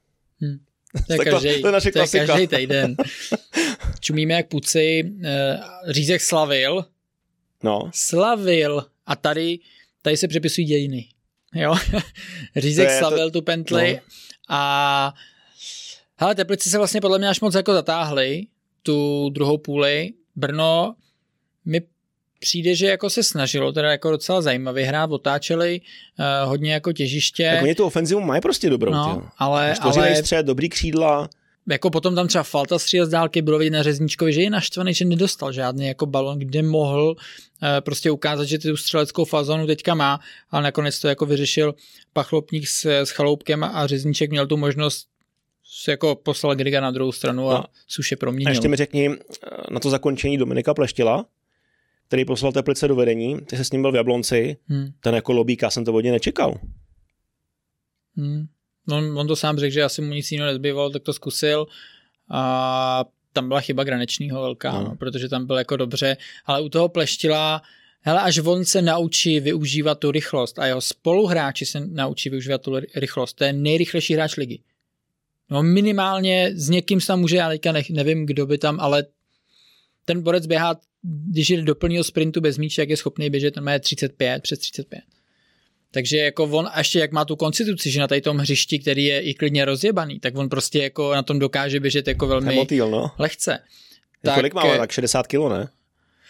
S1: To je každý týden. Čumíme jak puci, Řízek slavil.
S2: No.
S1: Slavil. A tady se přepisují dějiny. Jo? Řízek slavil tu pentli a hele, Teplice se vlastně podle mě až moc jako zatáhly tu druhou půli. Brno mi přijde, že jako se snažilo, teda jako docela zajímavě hrát, otáčeli hodně jako těžiště.
S2: Tak oni tu ofenzivu mají prostě dobrou.
S1: No, ale
S2: střed, dobrý křídla.
S1: Jako potom tam třeba Falta střílel z dálky, bylo vidět na Řezníčkovi, že je naštvaný, že nedostal žádný jako balon, kde mohl prostě ukázat, že tu střeleckou fazonu teďka má, ale nakonec to jako vyřešil Pachlopník s Chaloupkem a Řezníček měl tu možnost se jako poslal Griga na druhou stranu a suše proměnil.
S2: A ještě mi řekni na to zakončení Dominika Pleštila, který poslal Teplice do vedení, ty se s ním byl v Jablonci, ten jako lobík, já jsem to vodně nečekal.
S1: On to sám řekl, že asi mu nic jiného nezbývalo, tak to zkusil a tam byla chyba Granečního velká, protože tam byl jako dobře, ale u toho Pleštila, hele, až on se naučí využívat tu rychlost a jeho spoluhráči se naučí využívat tu rychlost, to je nejrychlejší hráč ligy. No minimálně s někým se tam může, já teďka nevím, kdo by tam, ale ten borec běhá, když jde do plného sprintu bez míče, jak je schopný běžet, ten má 35, přes 35. Takže jako on, a ještě jak má tu konstituci, že na tady tom hřišti, který je i klidně rozjebaný, tak on prostě jako na tom dokáže běžet jako velmi
S2: motýl, no.
S1: lehce.
S2: Tak, kolik má, tak 60 kg, ne?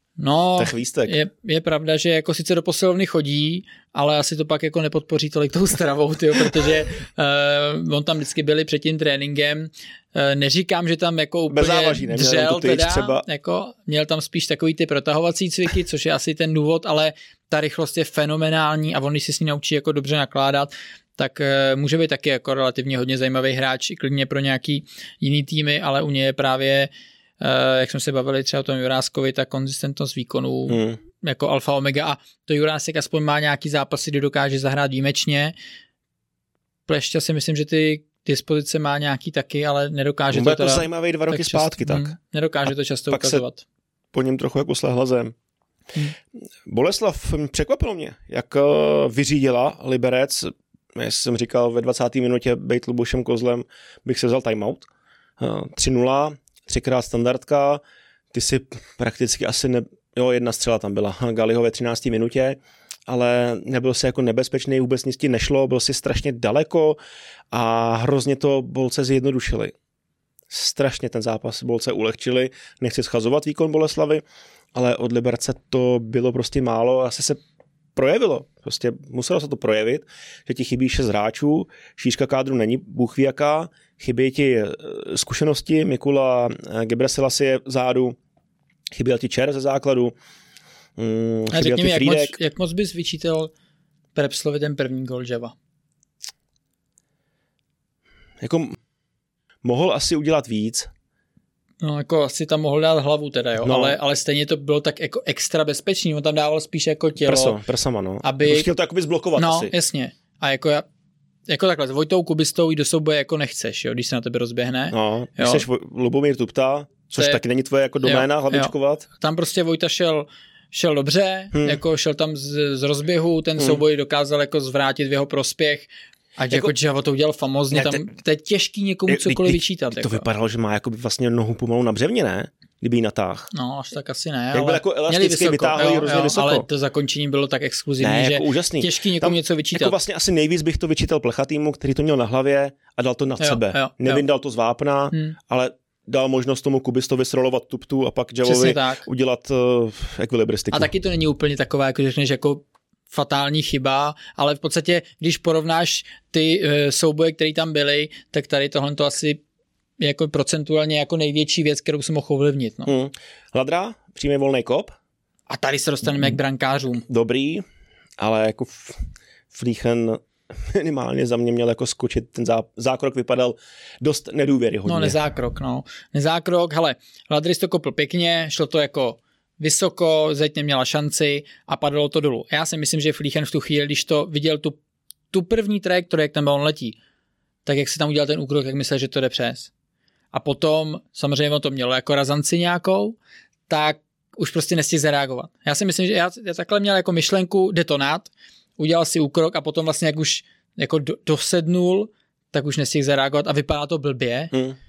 S1: No,
S2: chvístek.
S1: Je pravda, že jako sice do posilovny chodí, ale asi to pak jako nepodpoří tolik tou stravou, protože on tam vždycky byli před tím tréninkem. Neříkám, že tam jako úplně dřel, teda, třeba. Jako, měl tam spíš takový ty protahovací cviky, což je asi ten důvod, ale ta rychlost je fenomenální a on, když si s ní naučí jako dobře nakládat, tak může být taky jako relativně hodně zajímavý hráč, klidně pro nějaký jiný týmy, ale u něj je právě jak jsme se bavili třeba o tom Juráskovi, ta konzistentnost výkonů jako alfa omega a to Jurásek aspoň má nějaký zápasy, kde dokáže zahrát výjimečně. Plešťa si myslím, že ty dispozice má nějaký taky, ale nedokáže to
S2: jako zajímavý 2 roky zpátky, tak.
S1: Nedokáže to často ukazovat.
S2: Po něm trochu jako slehla zem. Boleslav, překvapilo mě, jak vyřídila Liberec. Já jsem říkal, ve 20. minutě bejt Lubošem Kozlem bych se vzal timeout. 3-0, 3x standardka, ty si prakticky asi jedna střela tam byla, Galiho ve 13. minutě, ale nebyl si jako nebezpečný, vůbec nic ti nešlo, byl si strašně daleko a hrozně to Bolce zjednodušili. Strašně ten zápas Bolce ulehčili, nechci schazovat výkon Boleslavy, ale od Liberce to bylo prostě málo, asi se projevilo, prostě muselo se to projevit, že ti chybí 6 hráčů, šířka kádru není bůh ví jaká, chybí ti zkušenosti, Mikula Gebrselassie zádu, chyběl ti Čer ze základu, chyběl ti Frýdek.
S1: Jak moc bys vyčítal Prepslovi ten první gol Java?
S2: Jako mohl asi udělat víc.
S1: No, jako asi tam mohl dát hlavu teda, jo, no. ale stejně to bylo tak jako extra bezpečný, on tam dával spíš jako tělo.
S2: Prsama, no.
S1: Aby...
S2: Chtěl to jakoby zblokovat asi.
S1: No, jasně. A jako takhle, s Vojtou Kubistou jít do souboje jako nechceš, jo, když se na tebe rozběhne.
S2: No, když jsi Lubomír Tupta, což taky není tvoje jako doména hlavičkovat.
S1: Tam prostě Vojta šel dobře, jako šel tam z rozběhu, ten souboj dokázal jako zvrátit v jeho prospěch. Ať jako Java to udělal famózně, tam to je těžký někomu cokoliv vyčítat.
S2: To vypadalo, že má jako vlastně nohu pomalu na břevně, ne? Kdyby ji natáhl.
S1: No, až tak asi ne.
S2: Jak byl jako elastický, vytáhl hrozně vysoko.
S1: Ale to zakončení bylo tak exkluzivní, ne, jako že úžasný. Těžký někomu něco vyčítat.
S2: Jako vlastně asi nejvíc bych to vyčítal Plechatýmu, který to měl na hlavě a dal to nad sebe. Nevyndal to z vápna, ale dal možnost tomu Kubistovi srolovat Tuptu a pak Javovi udělat ekvilibristiku.
S1: A taky to není úplně takové, jako řekneš, jako fatální chyba, ale v podstatě, když porovnáš ty souboje, které tam byly, tak tady tohle to asi jako procentuálně jako největší věc, kterou se mohl ovlivnit. No.
S2: Hladra, přímý volný kop.
S1: A tady se dostaneme k brankářům.
S2: Dobrý, ale jako Flíchen minimálně za mě měl jako skočit, ten zákrok vypadal dost nedůvěryhodně.
S1: No, nezákrok, hele, Hladry to kopl pěkně, šlo to jako vysoko, zeď neměla šanci a padalo to dolů. Já si myslím, že Flíchen v tu chvíli, když to viděl tu první trajektorii, jak tam on letí, tak jak se tam udělal ten úkrok, jak myslel, že to jde přes. A potom, samozřejmě on to mělo jako razanci nějakou, tak už prostě nestihl zareagovat. Já si myslím, že já takhle měl jako myšlenku detonát, udělal si úkrok a potom vlastně jak už jako dosednul, tak už nestihl zareagovat a vypadá to blbě.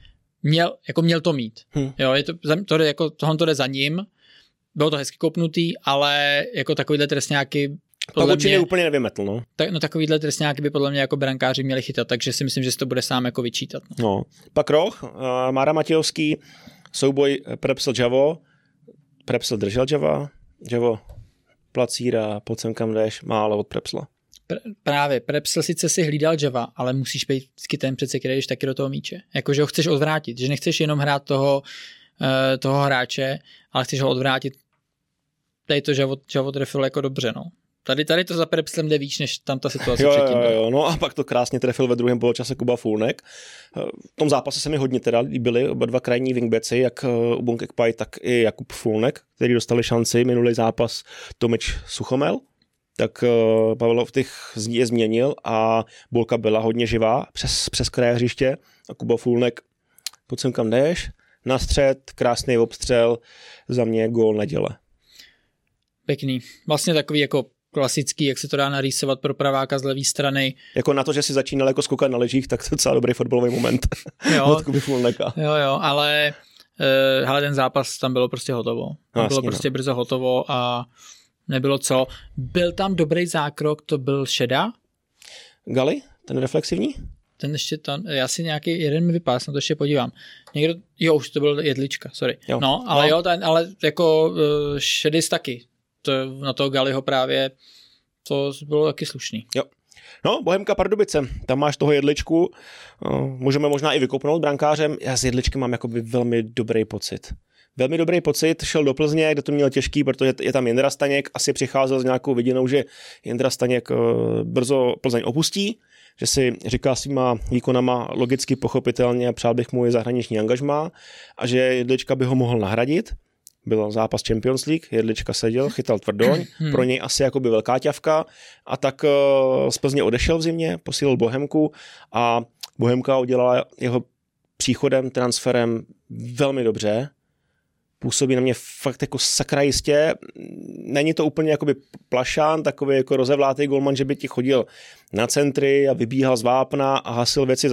S1: Měl to mít. Jo, tohle to jde za ním. Bylo to hezky kopnutý, ale jako takovýhle trestňáky
S2: podle mě úplně nevymetl, no.
S1: Takovýhle trestňáky by podle mě jako brankáři měli chytat, takže si myslím, že si to bude sám jako vyčítat.
S2: No. Pak roh, Mára Matějovský, souboj Prepsl Javo, Prepsl držel Javo placíra, pojď sem kam jdeš, málo od Prepsla.
S1: Právě, Prepsl sice si hlídal Java, ale musíš být vždycky ten přece, který jdeš taky do toho míče. Jako, že ho chceš odvrátit, že nechceš jenom hrát toho hráče, ale chceš ho odvrátit. Tady to Javo trefil jako dobře, no. Tady to za Prepslem jde víc, než tam ta situace předtím.
S2: Jo, no a pak to krásně trefil ve druhém poločase Kuba Fulnek. V tom zápase se mi hodně teda líbili oba dva krajní wingbacki, jak Ubong Ekpaj, tak i Jakub Fulnek, který dostali šanci. Minulý zápas Tomič Suchomel, tak Pavelov těch je změnil a bolka byla hodně živá přes kraje hřiště a Kuba Fulnek, pojď sem kam jdeš, na střed, krásný obstřel, za mě gól neděle.
S1: Pěkný. Vlastně takový jako klasický, jak se to dá narýsovat pro praváka z levé strany.
S2: Jako na to, že si začínal jako skokat na lyžích, tak to je docela dobrý fotbalový moment. Od Kuby Fulneka.
S1: Jo, ale ten zápas tam bylo prostě hotovo. Bylo prostě brzo hotovo a nebylo co. Byl tam dobrý zákrok, to byl Šeda.
S2: Gali, ten reflexivní?
S1: ten ještě tam, já si nějaký jeden mi vypadá, se na to ještě podívám. Někdo, jo, už to byl Jedlička, sorry. Jo. No, ale jo, ale jako Šedis taky. To, na toho Galiho právě, to bylo taky slušný.
S2: Jo. No, Bohemka Pardubice, tam máš toho Jedličku, můžeme možná i vykopnout brankářem, já z Jedličky mám jakoby velmi dobrý pocit. Velmi dobrý pocit, šel do Plzně, kde to měl těžký, protože je tam Jindra Staněk, asi přicházel s nějakou vidinou, že Jindra Staněk brzo Plzeň opustí, že si říká svýma výkonama logicky pochopitelně a přál bych mu i zahraniční angažmá a že Jedlička by ho mohl nahradit. Byl zápas Champions League, Jedlička seděl, chytal tvrdoň, pro něj asi jakoby velká ťavka a tak z Plzně odešel v zimě, posílil Bohemku a Bohemka udělala jeho příchodem, transferem velmi dobře. Působí na mě fakt jako sakra jistě. Není to úplně jakoby plašán, takový jako rozevlátý golman, že by ti chodil na centry a vybíhal z vápna a hasil věci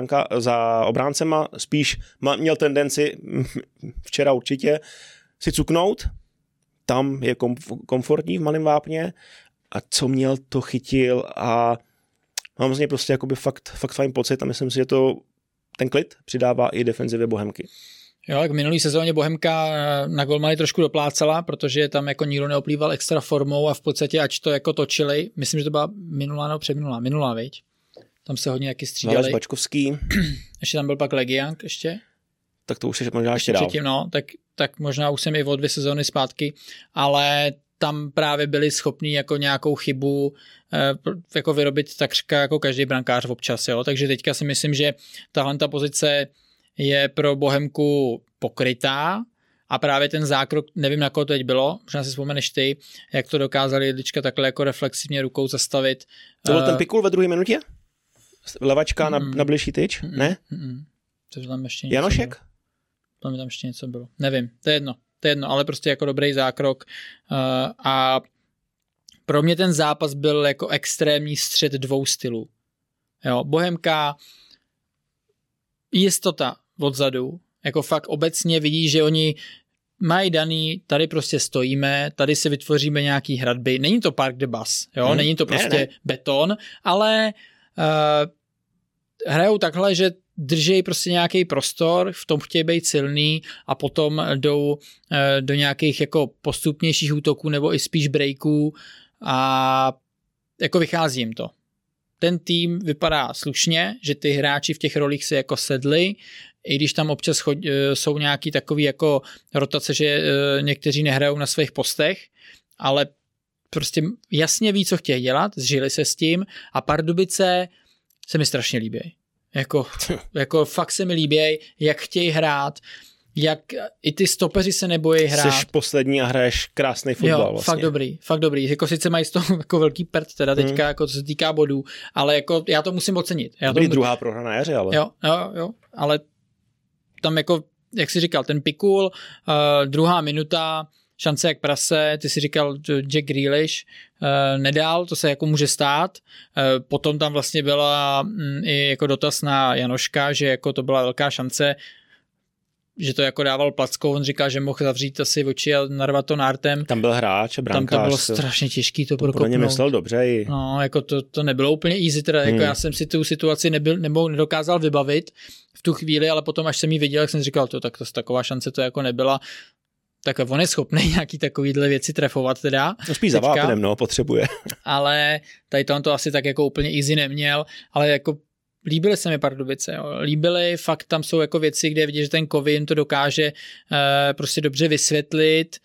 S2: za obráncema. Spíš měl tendenci, včera určitě, si cuknout. Tam je komfortní v malém vápně a co měl, to chytil a mám z něj prostě jakoby fakt fajn pocit a myslím si, že to ten klid přidává i defenzivě Bohemky.
S1: Jo, jak v minulý sezóně Bohemka na golmany trošku doplácela, protože tam jako nikdo neoplýval extra formou a v podstatě ač to jako točili, myslím, že to byla minulá nebo předminulá, viď? Tam se hodně jaký střídali.
S2: Valeš Bačkovský.
S1: Ještě tam byl pak Legiang ještě.
S2: Tak to už je možná ještě dál.
S1: Předtím, no, tak možná už jsem i o 2 sezóny zpátky, ale tam právě byli schopní jako nějakou chybu jako vyrobit takřka jako každý brankář občas, jo. Takže teďka si myslím, že tahle ta pozice je pro Bohemku pokrytá a právě ten zákrok, nevím na koho to teď bylo, možná si vzpomeneš ty, jak to dokázali Jedlička takhle jako reflexivně rukou zastavit.
S2: To byl ten Pikul ve 2. minutě? Levačka na bližší tyč? Ne?
S1: To tam ještě
S2: Janošek?
S1: Tam ještě něco bylo. Nevím, to je jedno, ale prostě jako dobrý zákrok a pro mě ten zápas byl jako extrémní střet 2 stylů. Jo, Bohemka jistota odzadu, jako fakt obecně vidí, že oni mají daný, tady prostě stojíme, tady si vytvoříme nějaký hradby, není to Parc de Bas, jo, není to prostě beton, ale hrajou takhle, že drží prostě nějaký prostor, v tom chtějí být silný a potom jdou do nějakých jako postupnějších útoků nebo i spíš breaků a jako vychází jim to. Ten tým vypadá slušně, že ty hráči v těch rolích se jako sedli, i když tam občas jsou nějaký takový jako rotace, že někteří nehrajou na svých postech, ale prostě jasně ví, co chtějí dělat, zžili se s tím a Pardubice se mi strašně líbí. Jako fakt se mi líbí, jak chtějí hrát, jak i ty stopeři se nebojí hrát.
S2: Jsi poslední a hraješ krásný fotbal.
S1: Jo, vlastně. Fakt dobrý. Jako sice mají z toho jako velký prd teda teďka, jako co se týká bodů, ale jako já to musím ocenit.
S2: Druhá prohra na jaře, ale.
S1: Jo, ale tam jako, jak jsi říkal, ten Pikul, 2. minuta, šance jak prase, ty si říkal Jack Grealish, nedal, to se jako může stát. Potom tam vlastně byla i jako dotaz na Janoška, že jako to byla velká šance, že to jako dával plackou, on říká, že mohl zavřít asi oči a narvat to nártem.
S2: Tam byl hráč a brankář.
S1: Tam to bylo strašně těžký to prokopnout.
S2: Pro ně myslel dobře.
S1: No, jako to nebylo úplně easy, teda jako já jsem si tu situaci nedokázal vybavit v tu chvíli, ale potom, až jsem ji viděl, jak jsem říkal, tak taková šance to jako nebyla. Tak on je schopný nějaký takovýhle věci trefovat teda.
S2: No spíš za vápnem, no, potřebuje.
S1: Ale tady to asi tak jako úplně easy neměl, ale jako líbily se mi Pardubice, jo. Líbily, fakt tam jsou jako věci, kde vidíš, že ten Kovin to dokáže prostě dobře vysvětlit.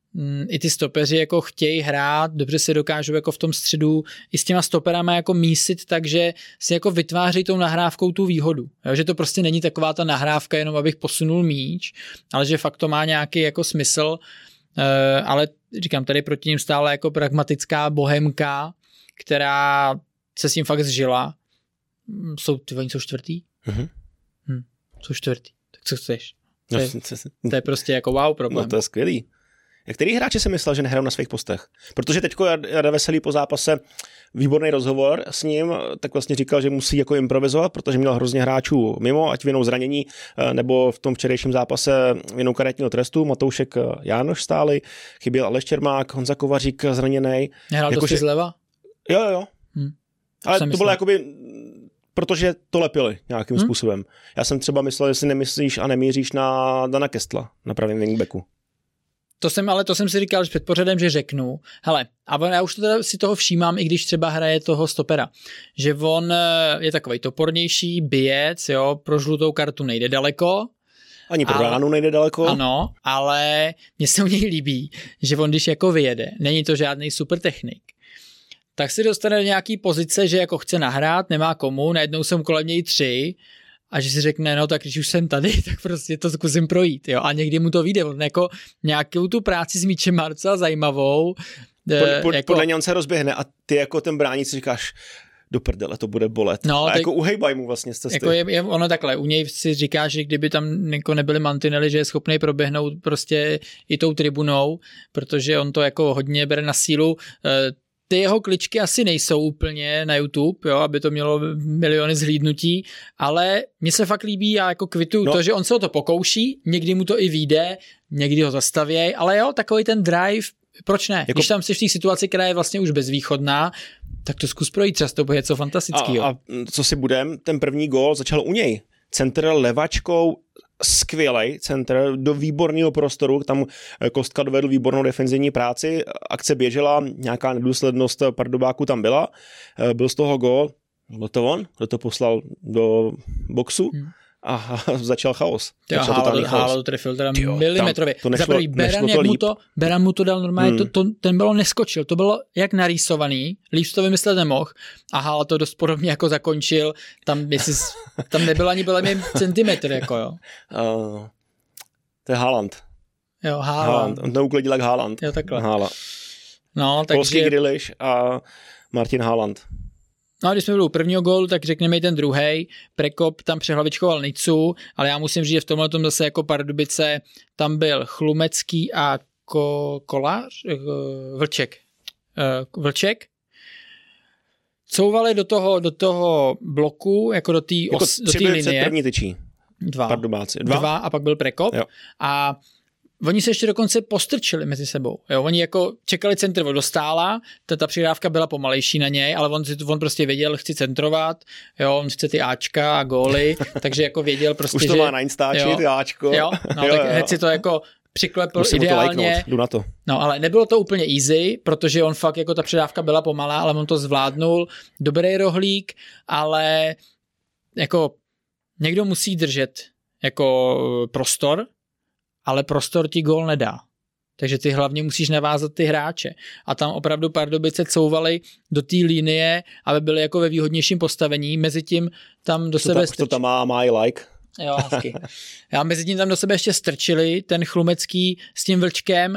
S1: I ty stopeři jako chtějí hrát, dobře se dokážou jako v tom středu i s těma stoperama jako mísit, takže si jako vytváří tou nahrávkou tu výhodu. Jo? Že to prostě není taková ta nahrávka, jenom abych posunul míč, ale že fakt to má nějaký jako smysl, ale říkám, tady proti ním stále jako pragmatická Bohemka, která se s tím fakt zžila. Oni jsou čtvrtý? Jsou čtvrtý. Tak co chceš? To je prostě jako wow problém.
S2: No to je skvělý. Který hráči si myslel, že nehrajou na svých postech? Protože teďko Jarda Veselý po zápase, výborný rozhovor s ním, tak vlastně říkal, že musí jako improvizovat, protože měl hrozně hráčů mimo, ať vinou zranění, nebo v tom včerejším zápase vinou karetního trestu. Matoušek Jánoš stáli, chyběl Aleš Čermák, Honza Kovařík zraněnej.
S1: Nehrál jako, dosti zleva?
S2: Jo. Ale to bylo jakoby protože to lepili nějakým způsobem. Já jsem třeba myslel, že si nemyslíš a nemíříš na Dana Kestla, na pravém wingbacku.
S1: To jsem si říkal před pořadem, že řeknu, hele, a já už si toho všímám, i když třeba hraje toho stopera, že on je takovej topornější, bijec, jo, pro žlutou kartu nejde daleko.
S2: Ani pro ránu nejde daleko.
S1: Ano, ale mně se u něj líbí, že on když jako vyjede, není to žádný super technik, tak si dostane do nějaký pozice, že jako chce nahrát, nemá komu, najednou jsou kolem něj 3 a že si řekne, no tak když už jsem tady, tak prostě to zkusím projít, jo, a někdy mu to vyjde, on jako nějakou tu práci s míčem má docela zajímavou.
S2: Podle něj on se rozběhne a ty jako ten bráníc říkáš, do prdele, to bude bolet. No, a jako uhejbaj mu vlastně z cesty.
S1: Jako ono takhle, u něj si říká, že kdyby tam jako nebyly mantinely, že je schopný proběhnout prostě i tou tribunou, protože on to jako hodně bere na sílu. Ty jeho kličky asi nejsou úplně na YouTube, jo, aby to mělo miliony zhlídnutí, ale mně se fakt líbí a jako kvituju to, že on se o to pokouší, někdy mu to i vyjde, někdy ho zastavějí, ale jo, takový ten drive, proč ne? Když tam jsi v té situaci, která je vlastně už bezvýchodná, tak to zkus projít, třeba to bude něco fantastického.
S2: A co si budem, ten první gól začal u něj. Centr levačkou, skvělej centr, do výborného prostoru, tam Kostka dovedl výbornou defenzivní práci, akce běžela, nějaká nedůslednost Pardubáku tam byla, byl z toho gól, byl to on, kdo to poslal do boxu a začal chaos.
S1: Hála to trefil teda milimetrově. Beran mu to dal normálně, ten bylo neskočil, to bylo jak narýsovaný, líp to vymyslet nemohl a Hála to dost podobně jako zakončil, tam nebyl ani centimetr, jako jo.
S2: To je Haaland.
S1: Jo, Haaland.
S2: On to uklidil jak Haaland.
S1: Jo, takhle.
S2: Hála.
S1: No, takže...
S2: Polský Grealish a Martin Haaland.
S1: No a když jsme byli u prvního gólu, tak řekneme i ten druhej. Prekop tam přehlavičkoval Nicu, ale já musím říct, že v tomhle tom zase jako Pardubice tam byl Chlumecký a Kolář? Vlček. Couvali do toho bloku, jako do té linie.
S2: První tyčí.
S1: Dva a pak byl Prekop. Jo. A oni se ještě dokonce postrčili mezi sebou. Jo, oni jako čekali centr do stála, ta přihrávka byla pomalejší na něj, ale on prostě věděl, chci centrovat, jo, on chce ty áčka a góly, takže jako věděl prostě,
S2: už to má na Instači, ty áčko.
S1: Jo, no, tak hned si to jako přiklepl ideálně.
S2: Jdu na to.
S1: No, ale nebylo to úplně easy, protože on fakt jako ta předávka byla pomalá, ale on to zvládnul. Dobrý rohlík, ale jako někdo musí držet jako prostor, ale prostor ti gól nedá. Takže ty hlavně musíš navázat ty hráče. A tam opravdu Pardubice couvali do té linie, aby byli jako ve výhodnějším postavení. Mezitím tam do sebe...
S2: To tam má i like.
S1: Jo, hezky. A mezitím tam do sebe ještě strčili ten Chlumecký s tím Vlčkem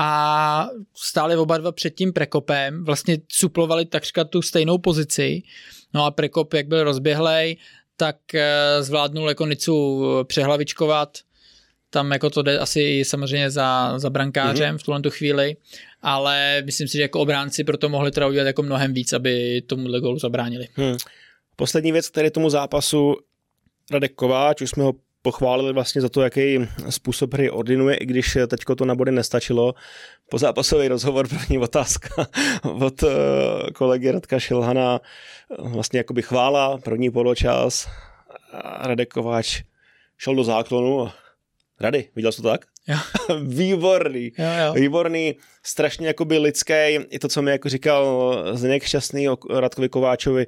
S1: a stáli oba dva před tím Prekopem. Vlastně suplovali takřka tu stejnou pozici. No a Prekop, jak byl rozběhlej, tak zvládnul jako Nicu přehlavičkovat. Tam jako to jde asi samozřejmě za brankářem v tuhle chvíli, ale myslím si, že jako obránci proto mohli teda udělat jako mnohem víc, aby tomuhle gólu zabránili.
S2: Poslední věc, který tomu zápasu Radek Kováč, už jsme ho pochválili vlastně za to, jaký způsob hry ordinuje, i když teďko to na body nestačilo. Pozápasový rozhovor, první otázka od kolegy Radka Šilhana, vlastně jakoby chvála, první poločas, Radek Kováč šel do záklonu. Rady, viděl jsi to tak?
S1: Jo.
S2: Výborný.
S1: Jo.
S2: Výborný, strašně jakoby lidský, i to, co mi jako říkal Zdeněk Šťastný o Radkovi Kováčovi,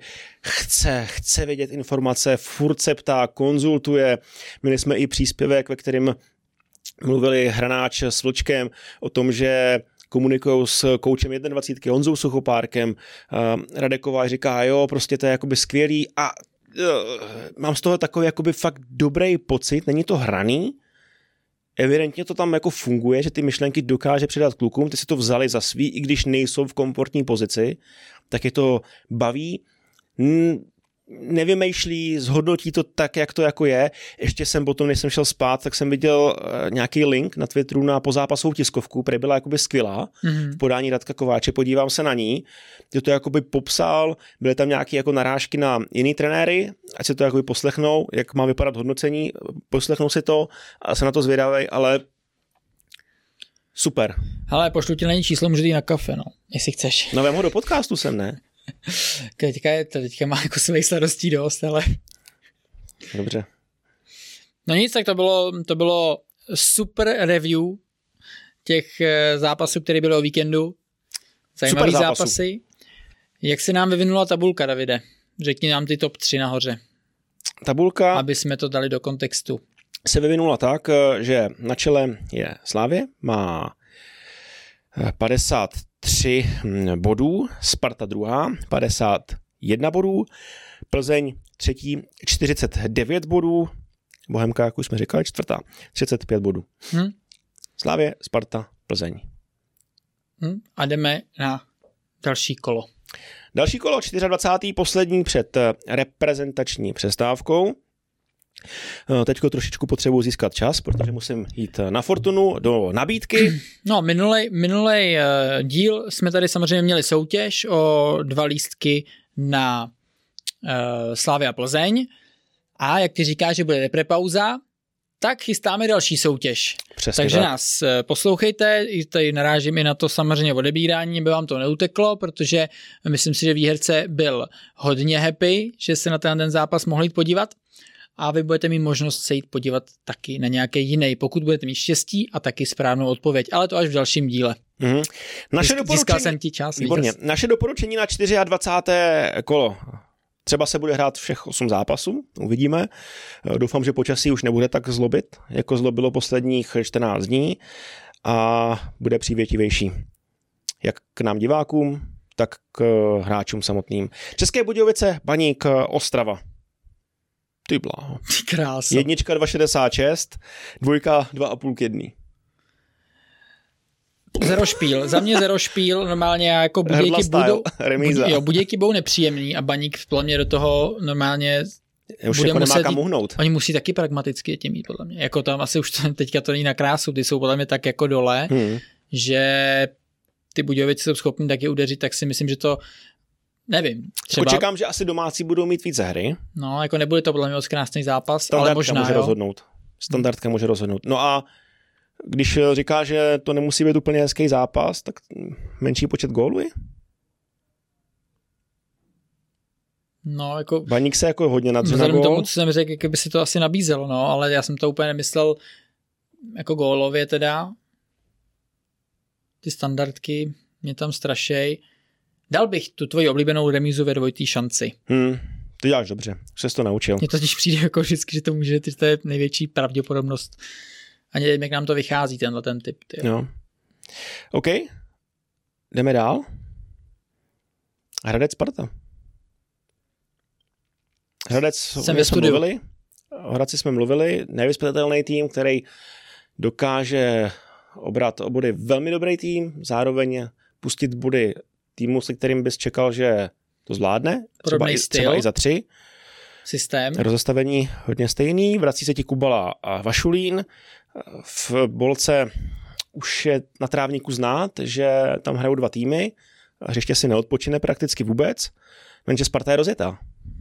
S2: chce vědět informace, furt se ptá, konzultuje. Měli jsme i příspěvek, ve kterém mluvili Hranáč s Vlčkem o tom, že komunikují s koučem 21 Honzou Suchopárkem. Radek Kováč říká, jo, prostě to je jakoby skvělý a mám z toho takový jakoby fakt dobrý pocit, není to hraný, evidentně to tam jako funguje, že ty myšlenky dokáže předat klukům, ty si to vzali za svý, i když nejsou v komfortní pozici, tak je to baví, nevymýšlí, zhodnotí to tak, jak to jako je. Ještě jsem potom, než jsem šel spát, tak jsem viděl nějaký link na Twitteru na pozápasovou tiskovku, která byla jakoby skvělá v podání Radka Kováče, podívám se na ní, že to jakoby popsal, byly tam nějaké jako narážky na jiný trenéry, ať se to jakoby poslechnou, jak má vypadat hodnocení, poslechnou si to a jsem na to zvědavej, ale super.
S1: Hele, pošlu ti na ní číslo, můžu jít na kafe, no, jestli chceš.
S2: No vem ho do podcastu sem, ne?
S1: Teďka má jako svých starostí dost, ale...
S2: Dobře.
S1: No nic, tak to bylo super review těch zápasů, které byly o víkendu. Zajímavý zápasy. Jak se nám vyvinula tabulka, Davide? Řekni nám ty top 3 nahoře.
S2: Tabulka...
S1: Aby jsme to dali do kontextu.
S2: Se vyvinula tak, že na čele je Slavie, má 53 bodů, Sparta druhá, 51 bodů, Plzeň třetí, 49 bodů, Bohemka, jak už jsme říkali, čtvrtá, 35 bodů. Slavie, Sparta, Plzeň.
S1: A jdeme na další kolo.
S2: Další kolo, 24. poslední před reprezentační přestávkou. Teďko trošičku potřebuji získat čas, protože musím jít na Fortunu do nabídky.
S1: No, minulej díl jsme tady samozřejmě měli soutěž o 2 lístky na Slavia Plzeň a jak ty říkáš, že bude reprepauza, tak chystáme další soutěž.
S2: Přesně
S1: takže
S2: tak.
S1: Nás poslouchejte, tady narážím i na to samozřejmě odebírání, aby vám to neuteklo, protože myslím si, že výherce byl hodně happy, že se na ten zápas mohli jít podívat a vy budete mít možnost se jít podívat taky na nějaký jiný, pokud budete mít štěstí a taky správnou odpověď, ale to až v dalším díle. Získal jsem ti čas.
S2: Výborně. Naše doporučení na 24. kolo. Třeba se bude hrát všech 8 zápasů, uvidíme. Doufám, že počasí už nebude tak zlobit, jako zlobilo posledních 14 dní a bude přívětivější. Jak k nám divákům, tak k hráčům samotným. České Budějovice, Baník, Ostrava. Ty bláho.
S1: Krása.
S2: 1 2,66, 2 2,5 k 1.
S1: Zero špíl. Za mě zero špíl, normálně jako Budějky budou nepříjemný a Baník podle mě do toho normálně
S2: už bude jako muset kam uhnout.
S1: Oni musí taky pragmaticky tím jít, podle mě. Jako tam asi už teďka to není na krásu, ty jsou podle mě tak jako dole, že ty Budějovice jsou schopní taky udeřit, tak si myslím, že to nevím.
S2: Třeba... Čekám, že asi domácí budou mít víc hry.
S1: No, jako nebude to podle mě moc krásný zápas,
S2: Standardka
S1: ale možná,
S2: může rozhodnout. Standardka může rozhodnout. No a když říká, že to nemusí být úplně hezký zápas, tak menší počet gólů je?
S1: No, jako...
S2: Baník se jako hodně nadře na gól.
S1: Vzhledem tomu, co jsem řekl, jak by si to asi nabízelo, no, ale já jsem to úplně nemyslel jako gólově teda. Ty standardky mě tam strašej. Dal bych tu tvoji oblíbenou remízu ve dvojitý šanci.
S2: Ty děláš dobře, už jsi to naučil.
S1: Mně totiž přijde jako vždycky, že to může, že to je největší pravděpodobnost. Ani nevím, jak nám to vychází, ten typ.
S2: Jo. OK. Jdeme dál. Hradec Sparta. Hradec jsme mluvili. O Hradci jsme mluvili. Nevyzpytatelný tým, který dokáže obrat o body velmi dobrý tým, zároveň pustit body týmu, se kterým bys čekal, že to zvládne. Třeba i za 3.
S1: Systém.
S2: Rozestavení hodně stejný. Vrací se ti Kubala a Vašulín. V Bolce už je na trávníku znát, že tam hrajou 2 týmy. Hřiště si neodpočine prakticky vůbec. Jenže Sparta je rozjetá.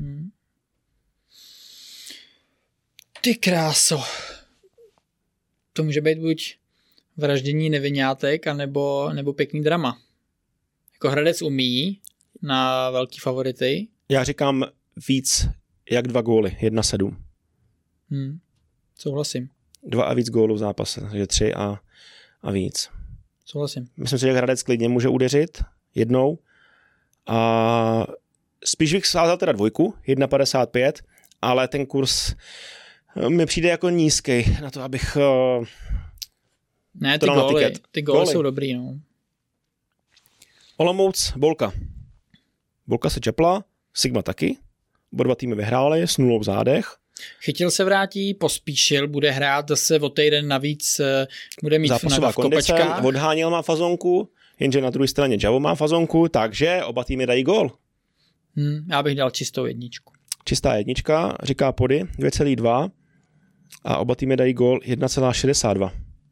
S1: Ty kráso. To může být buď vraždění nevinátek, nebo pěkný drama. Jako Hradec umí na velký favority.
S2: Já říkám víc jak 2 góly. 1-7.
S1: Souhlasím.
S2: 2 a víc gólů v zápase, takže 3 a víc.
S1: Souhlasím.
S2: Myslím si, že Hradec klidně může udeřit jednou. A spíš bych sázal teda 2, 1,55, ale ten kurz mi přijde jako nízký na to, abych
S1: ne, ty góly jsou dobrý, no.
S2: Olomouc, Bolka. Bolka se čepla, Sigma taky. Oba 2 týmy vyhrály s 0 v zádech.
S1: Chytil se vrátí, Pospíšil, bude hrát zase o týden navíc, bude mít
S2: zápasová kondice, odháněl má fazonku, jenže na druhé straně Javo má fazonku, takže oba týmy dají gól.
S1: Já bych dal čistou 1.
S2: Čistá 1, říká Pody, 2,2 a oba týmy dají gól 1,62.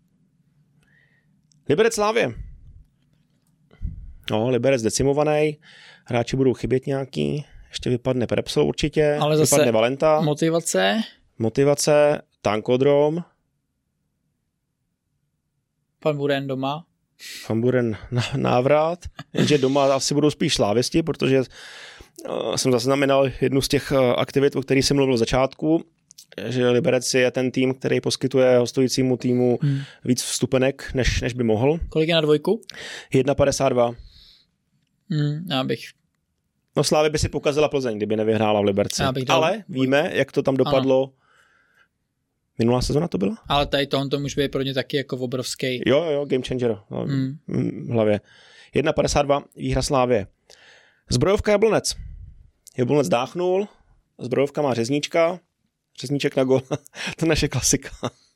S2: Liberec Slavie. No, Liberec decimovaný, hráči budou chybět nějaký, ještě vypadne Prepsol určitě,
S1: ale zase
S2: vypadne Valenta.
S1: Motivace,
S2: Tankodrom.
S1: Pan Buren doma.
S2: Van návrat, jenže doma asi budou spíš slávisti, protože jsem zaznamenal jednu z těch aktivit, o kterých jsem mluvil v začátku, že Liberec je ten tým, který poskytuje hostujícímu týmu víc vstupenek, než by mohl.
S1: Kolik je na dvojku?
S2: 1,52.
S1: Já bych...
S2: No Slávy by si pokazila Plzeň, kdyby nevyhrála v Liberci. Ale víme, jak to tam dopadlo. Ano. Minulá sezona to byla?
S1: Ale tady tohle může být pro ně taky jako obrovský.
S2: Jo, game changer v hlavě. 1,52 výhra Slávě. Zbrojovka Jablonec. Jablonec dáchnul, Zbrojovka má řezníček na gól. To je naše klasika.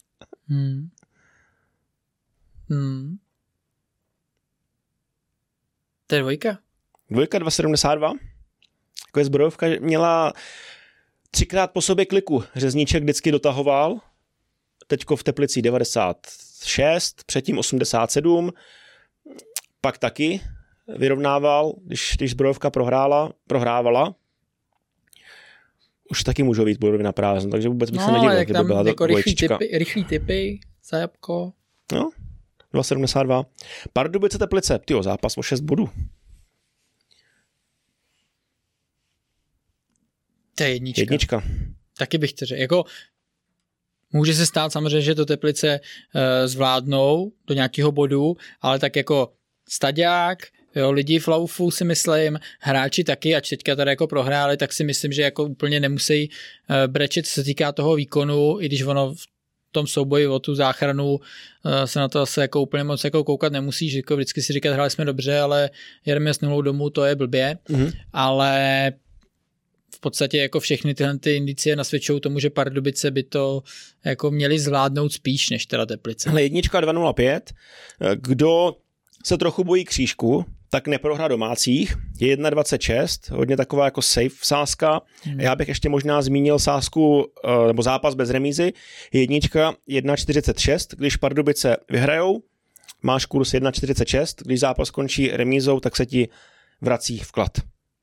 S1: To je dvojka.
S2: Dvojka 2,72. Jako je Zbrojovka měla 3krát po sobě kliku. Řezníček vždycky dotahoval. Teďko v Teplicích 96, předtím 87. Pak taky vyrovnával, když Zbrojovka prohrávala. Už taky můžou být bodově na prázdno, takže vůbec bych se nedivil, kdyby byla
S1: jako rychlý typy, Zajabko.
S2: No, 2,72. Pardubice Teplice, zápas o 6 bodů.
S1: To je jednička. Taky bych to řekl. Jako, může se stát samozřejmě, že to Teplice zvládnou do nějakého bodu, ale tak jako staďák, jo, lidi v laufu si myslím, hráči taky, ač teďka tady jako prohráli, tak si myslím, že jako úplně nemusí brečet, co se týká toho výkonu, i když ono v tom souboji o tu záchranu se na to asi jako úplně moc jako koukat nemusíš, jako vždycky si říkat, hráli jsme dobře, ale jedeme s nulou domů, to je blbě, ale v podstatě jako všechny tyhle ty indicie nasvědčují tomu, že Pardubice by to jako měli zvládnout spíš než teda Teplice.
S2: Ale 1,205. Kdo se trochu bojí křížku, tak neprohra domácích. Je 1,26, hodně taková jako safe sázka. Já bych ještě možná zmínil sázku nebo zápas bez remízy. 1,46, když Pardubice vyhrajou, máš kurz 1,46, když zápas končí remízou, tak se ti vrací vklad.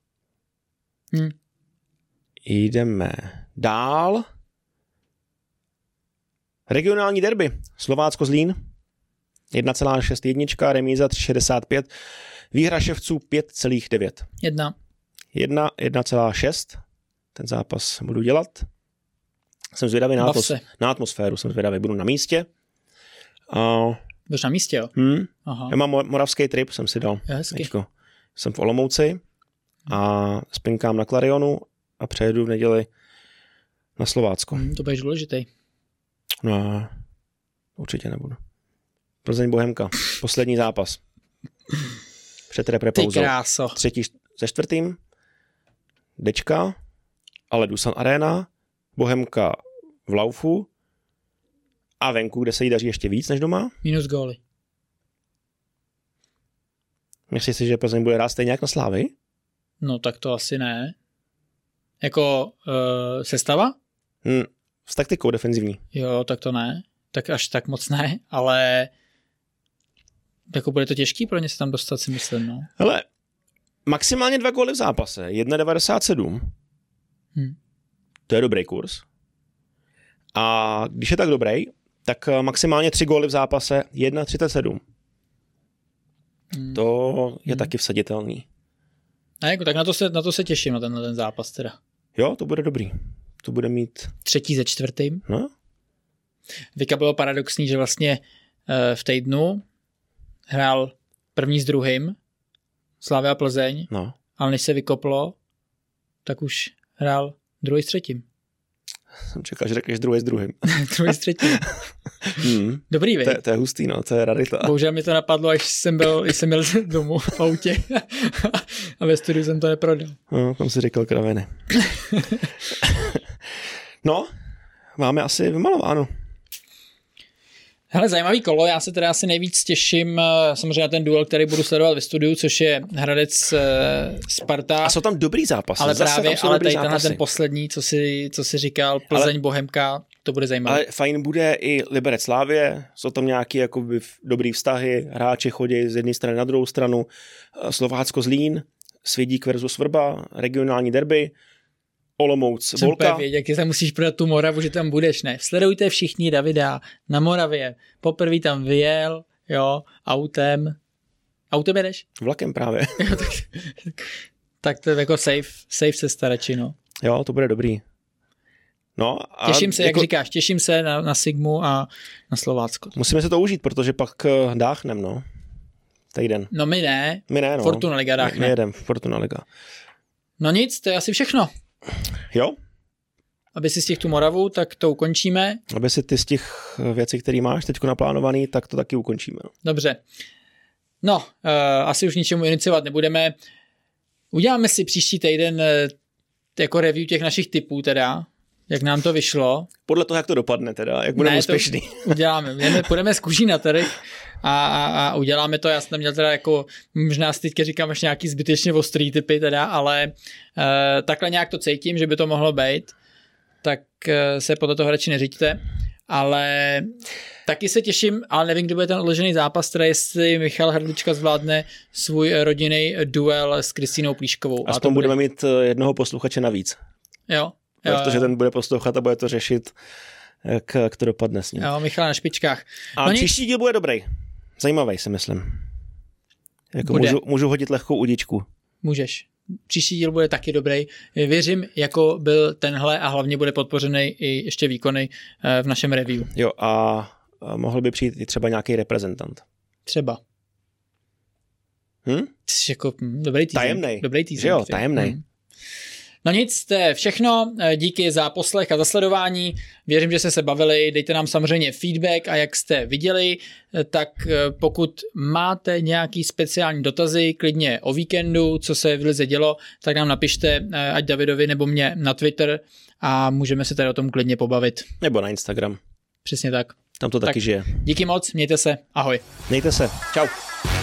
S2: Jdeme dál. Regionální derby. Slovácko-Zlín. 1,61, remíza 3,65. Výhra Ševců 5,9. 1,6. Ten zápas budu dělat. Jsem zvědavý na atmosféru. Jsem zvědavý, budu na místě.
S1: Budeš na místě, jo?
S2: Aha. Já mám moravský trip, jsem si dal. Jsem v Olomouci a spinkám na Klarionu a přejedu v neděli na Slovácko.
S1: To budeš důležitý.
S2: No, určitě nebudu. Plzeň Bohemka. Poslední zápas. Před reprepauzou.
S1: Ty kráso.
S2: 3/4. Dečka, ale Dusan Arena, Bohemka v laufu a venku, kde se jí daří ještě víc než doma.
S1: Minus góly.
S2: Myslíš si, že Plzeň bude hrát stejně jak na Slávy?
S1: No tak to asi ne. Jako sestava?
S2: S taktikou defenzivní.
S1: Jo, tak to ne. Tak až tak moc ne, ale jako bude to těžký pro ně se tam dostat, si myslím. No.
S2: Hele, maximálně 2 góly v zápase. 1,97. To je dobrý kurz. A když je tak dobrý, tak maximálně 3 góly v zápase 1,37. To je taky vsaditelný.
S1: A jako, tak na to se těším, na ten zápas teda.
S2: Jo, to bude dobrý. To bude mít...
S1: 3. ze 4.
S2: No.
S1: Vika bylo paradoxní, že vlastně v týdnu hrál 1. s 2. Slavia a Plzeň, ale než se vykoplo, tak už hrál 2. s 3.
S2: Jsem čekal, že řekneš 2. s 2.
S1: 2. s 3. Dobrý, vej.
S2: To je hustý, no, to je rarita.
S1: Bohužel mi to napadlo, až jsem byl domů v autě a ve studiu jsem to neprodal.
S2: No, tam si říkal kraviny. No, máme asi vymalováno.
S1: Hele, zajímavý kolo, já se teda asi nejvíc těším samozřejmě na ten duel, který budu sledovat ve studiu, což je Hradec Sparta.
S2: A jsou tam dobrý zápasy.
S1: Ale právě, ale tady ten poslední, co si říkal, Plzeň Bohemka, to bude zajímavé.
S2: Ale fajn bude i Liberec Slávie, jsou tam nějaký jakoby dobrý vztahy, hráči chodí z jedné strany na druhou stranu, Slovácko Zlín, Svědík versus Vrba, regionální derby, Olomouc Volka.
S1: Jak se musíš prodat tu Moravu, že tam budeš, ne? Sledujte všichni Davida na Moravě. Poprvé tam vyjel, jo, autem jedeš?
S2: Vlakem právě.
S1: Jo, tak to je jako safe cesta radši, no.
S2: Jo, to bude dobrý. No, a
S1: těším se, jak říkáš, těším se na Sigmu a na Slovácko.
S2: Musíme se to užít, protože pak dáchnem, no. Týden.
S1: No my ne,
S2: no.
S1: Fortuna Liga dáchne.
S2: My jedem, Fortuna Liga.
S1: No nic, to je asi všechno.
S2: Jo.
S1: Aby si stihl tu Moravu, tak to ukončíme.
S2: Aby si ty z těch věcí, které máš teď naplánovaný, tak to taky ukončíme.
S1: Dobře. No, asi už ničemu iniciovat nebudeme. Uděláme si příští týden jako review těch našich tipů teda, jak nám to vyšlo.
S2: Podle toho, jak to dopadne teda, jak budeme úspěšný.
S1: Uděláme. Půjdeme z kůží na trh a uděláme to. Já jsem měl teda jako, možná si teďka říkám až nějaký zbytečně ostrý tipy teda, ale takhle nějak to cítím, že by to mohlo být. Tak se podle toho radši neřiďte. Ale taky se těším, ale nevím, kdy bude ten odložený zápas, teda jestli Michal Hrdlička zvládne svůj rodinný duel s Kristýnou Plíškovou.
S2: Aspoň budeme mít jednoho posluchače navíc.
S1: Jo.
S2: Protože ten bude poslouchat a bude to řešit, jak to dopadne s ním.
S1: Jo, Michal na špičkách.
S2: A příští díl bude dobrý. Zajímavý, si myslím. Jako můžu hodit lehkou udičku.
S1: Můžeš. Příští díl bude taky dobrý. Věřím, jako byl tenhle a hlavně bude podpořený i ještě výkony v našem review.
S2: Jo, a mohl by přijít i třeba nějaký reprezentant.
S1: Třeba. Jsi jako dobrý týden.
S2: Tajemnej.
S1: Dobrý týden.
S2: Jo, tajemnej.
S1: No nic, to je všechno. Díky za poslech a za sledování. Věřím, že jste se bavili. Dejte nám samozřejmě feedback a jak jste viděli, tak pokud máte nějaký speciální dotazy, klidně o víkendu, co se v lize dělo, tak nám napište ať Davidovi nebo mě na Twitter a můžeme se tady o tom klidně pobavit.
S2: Nebo na Instagram.
S1: Přesně tak.
S2: Tam to taky žije.
S1: Díky moc, mějte se, ahoj.
S2: Mějte se, čau.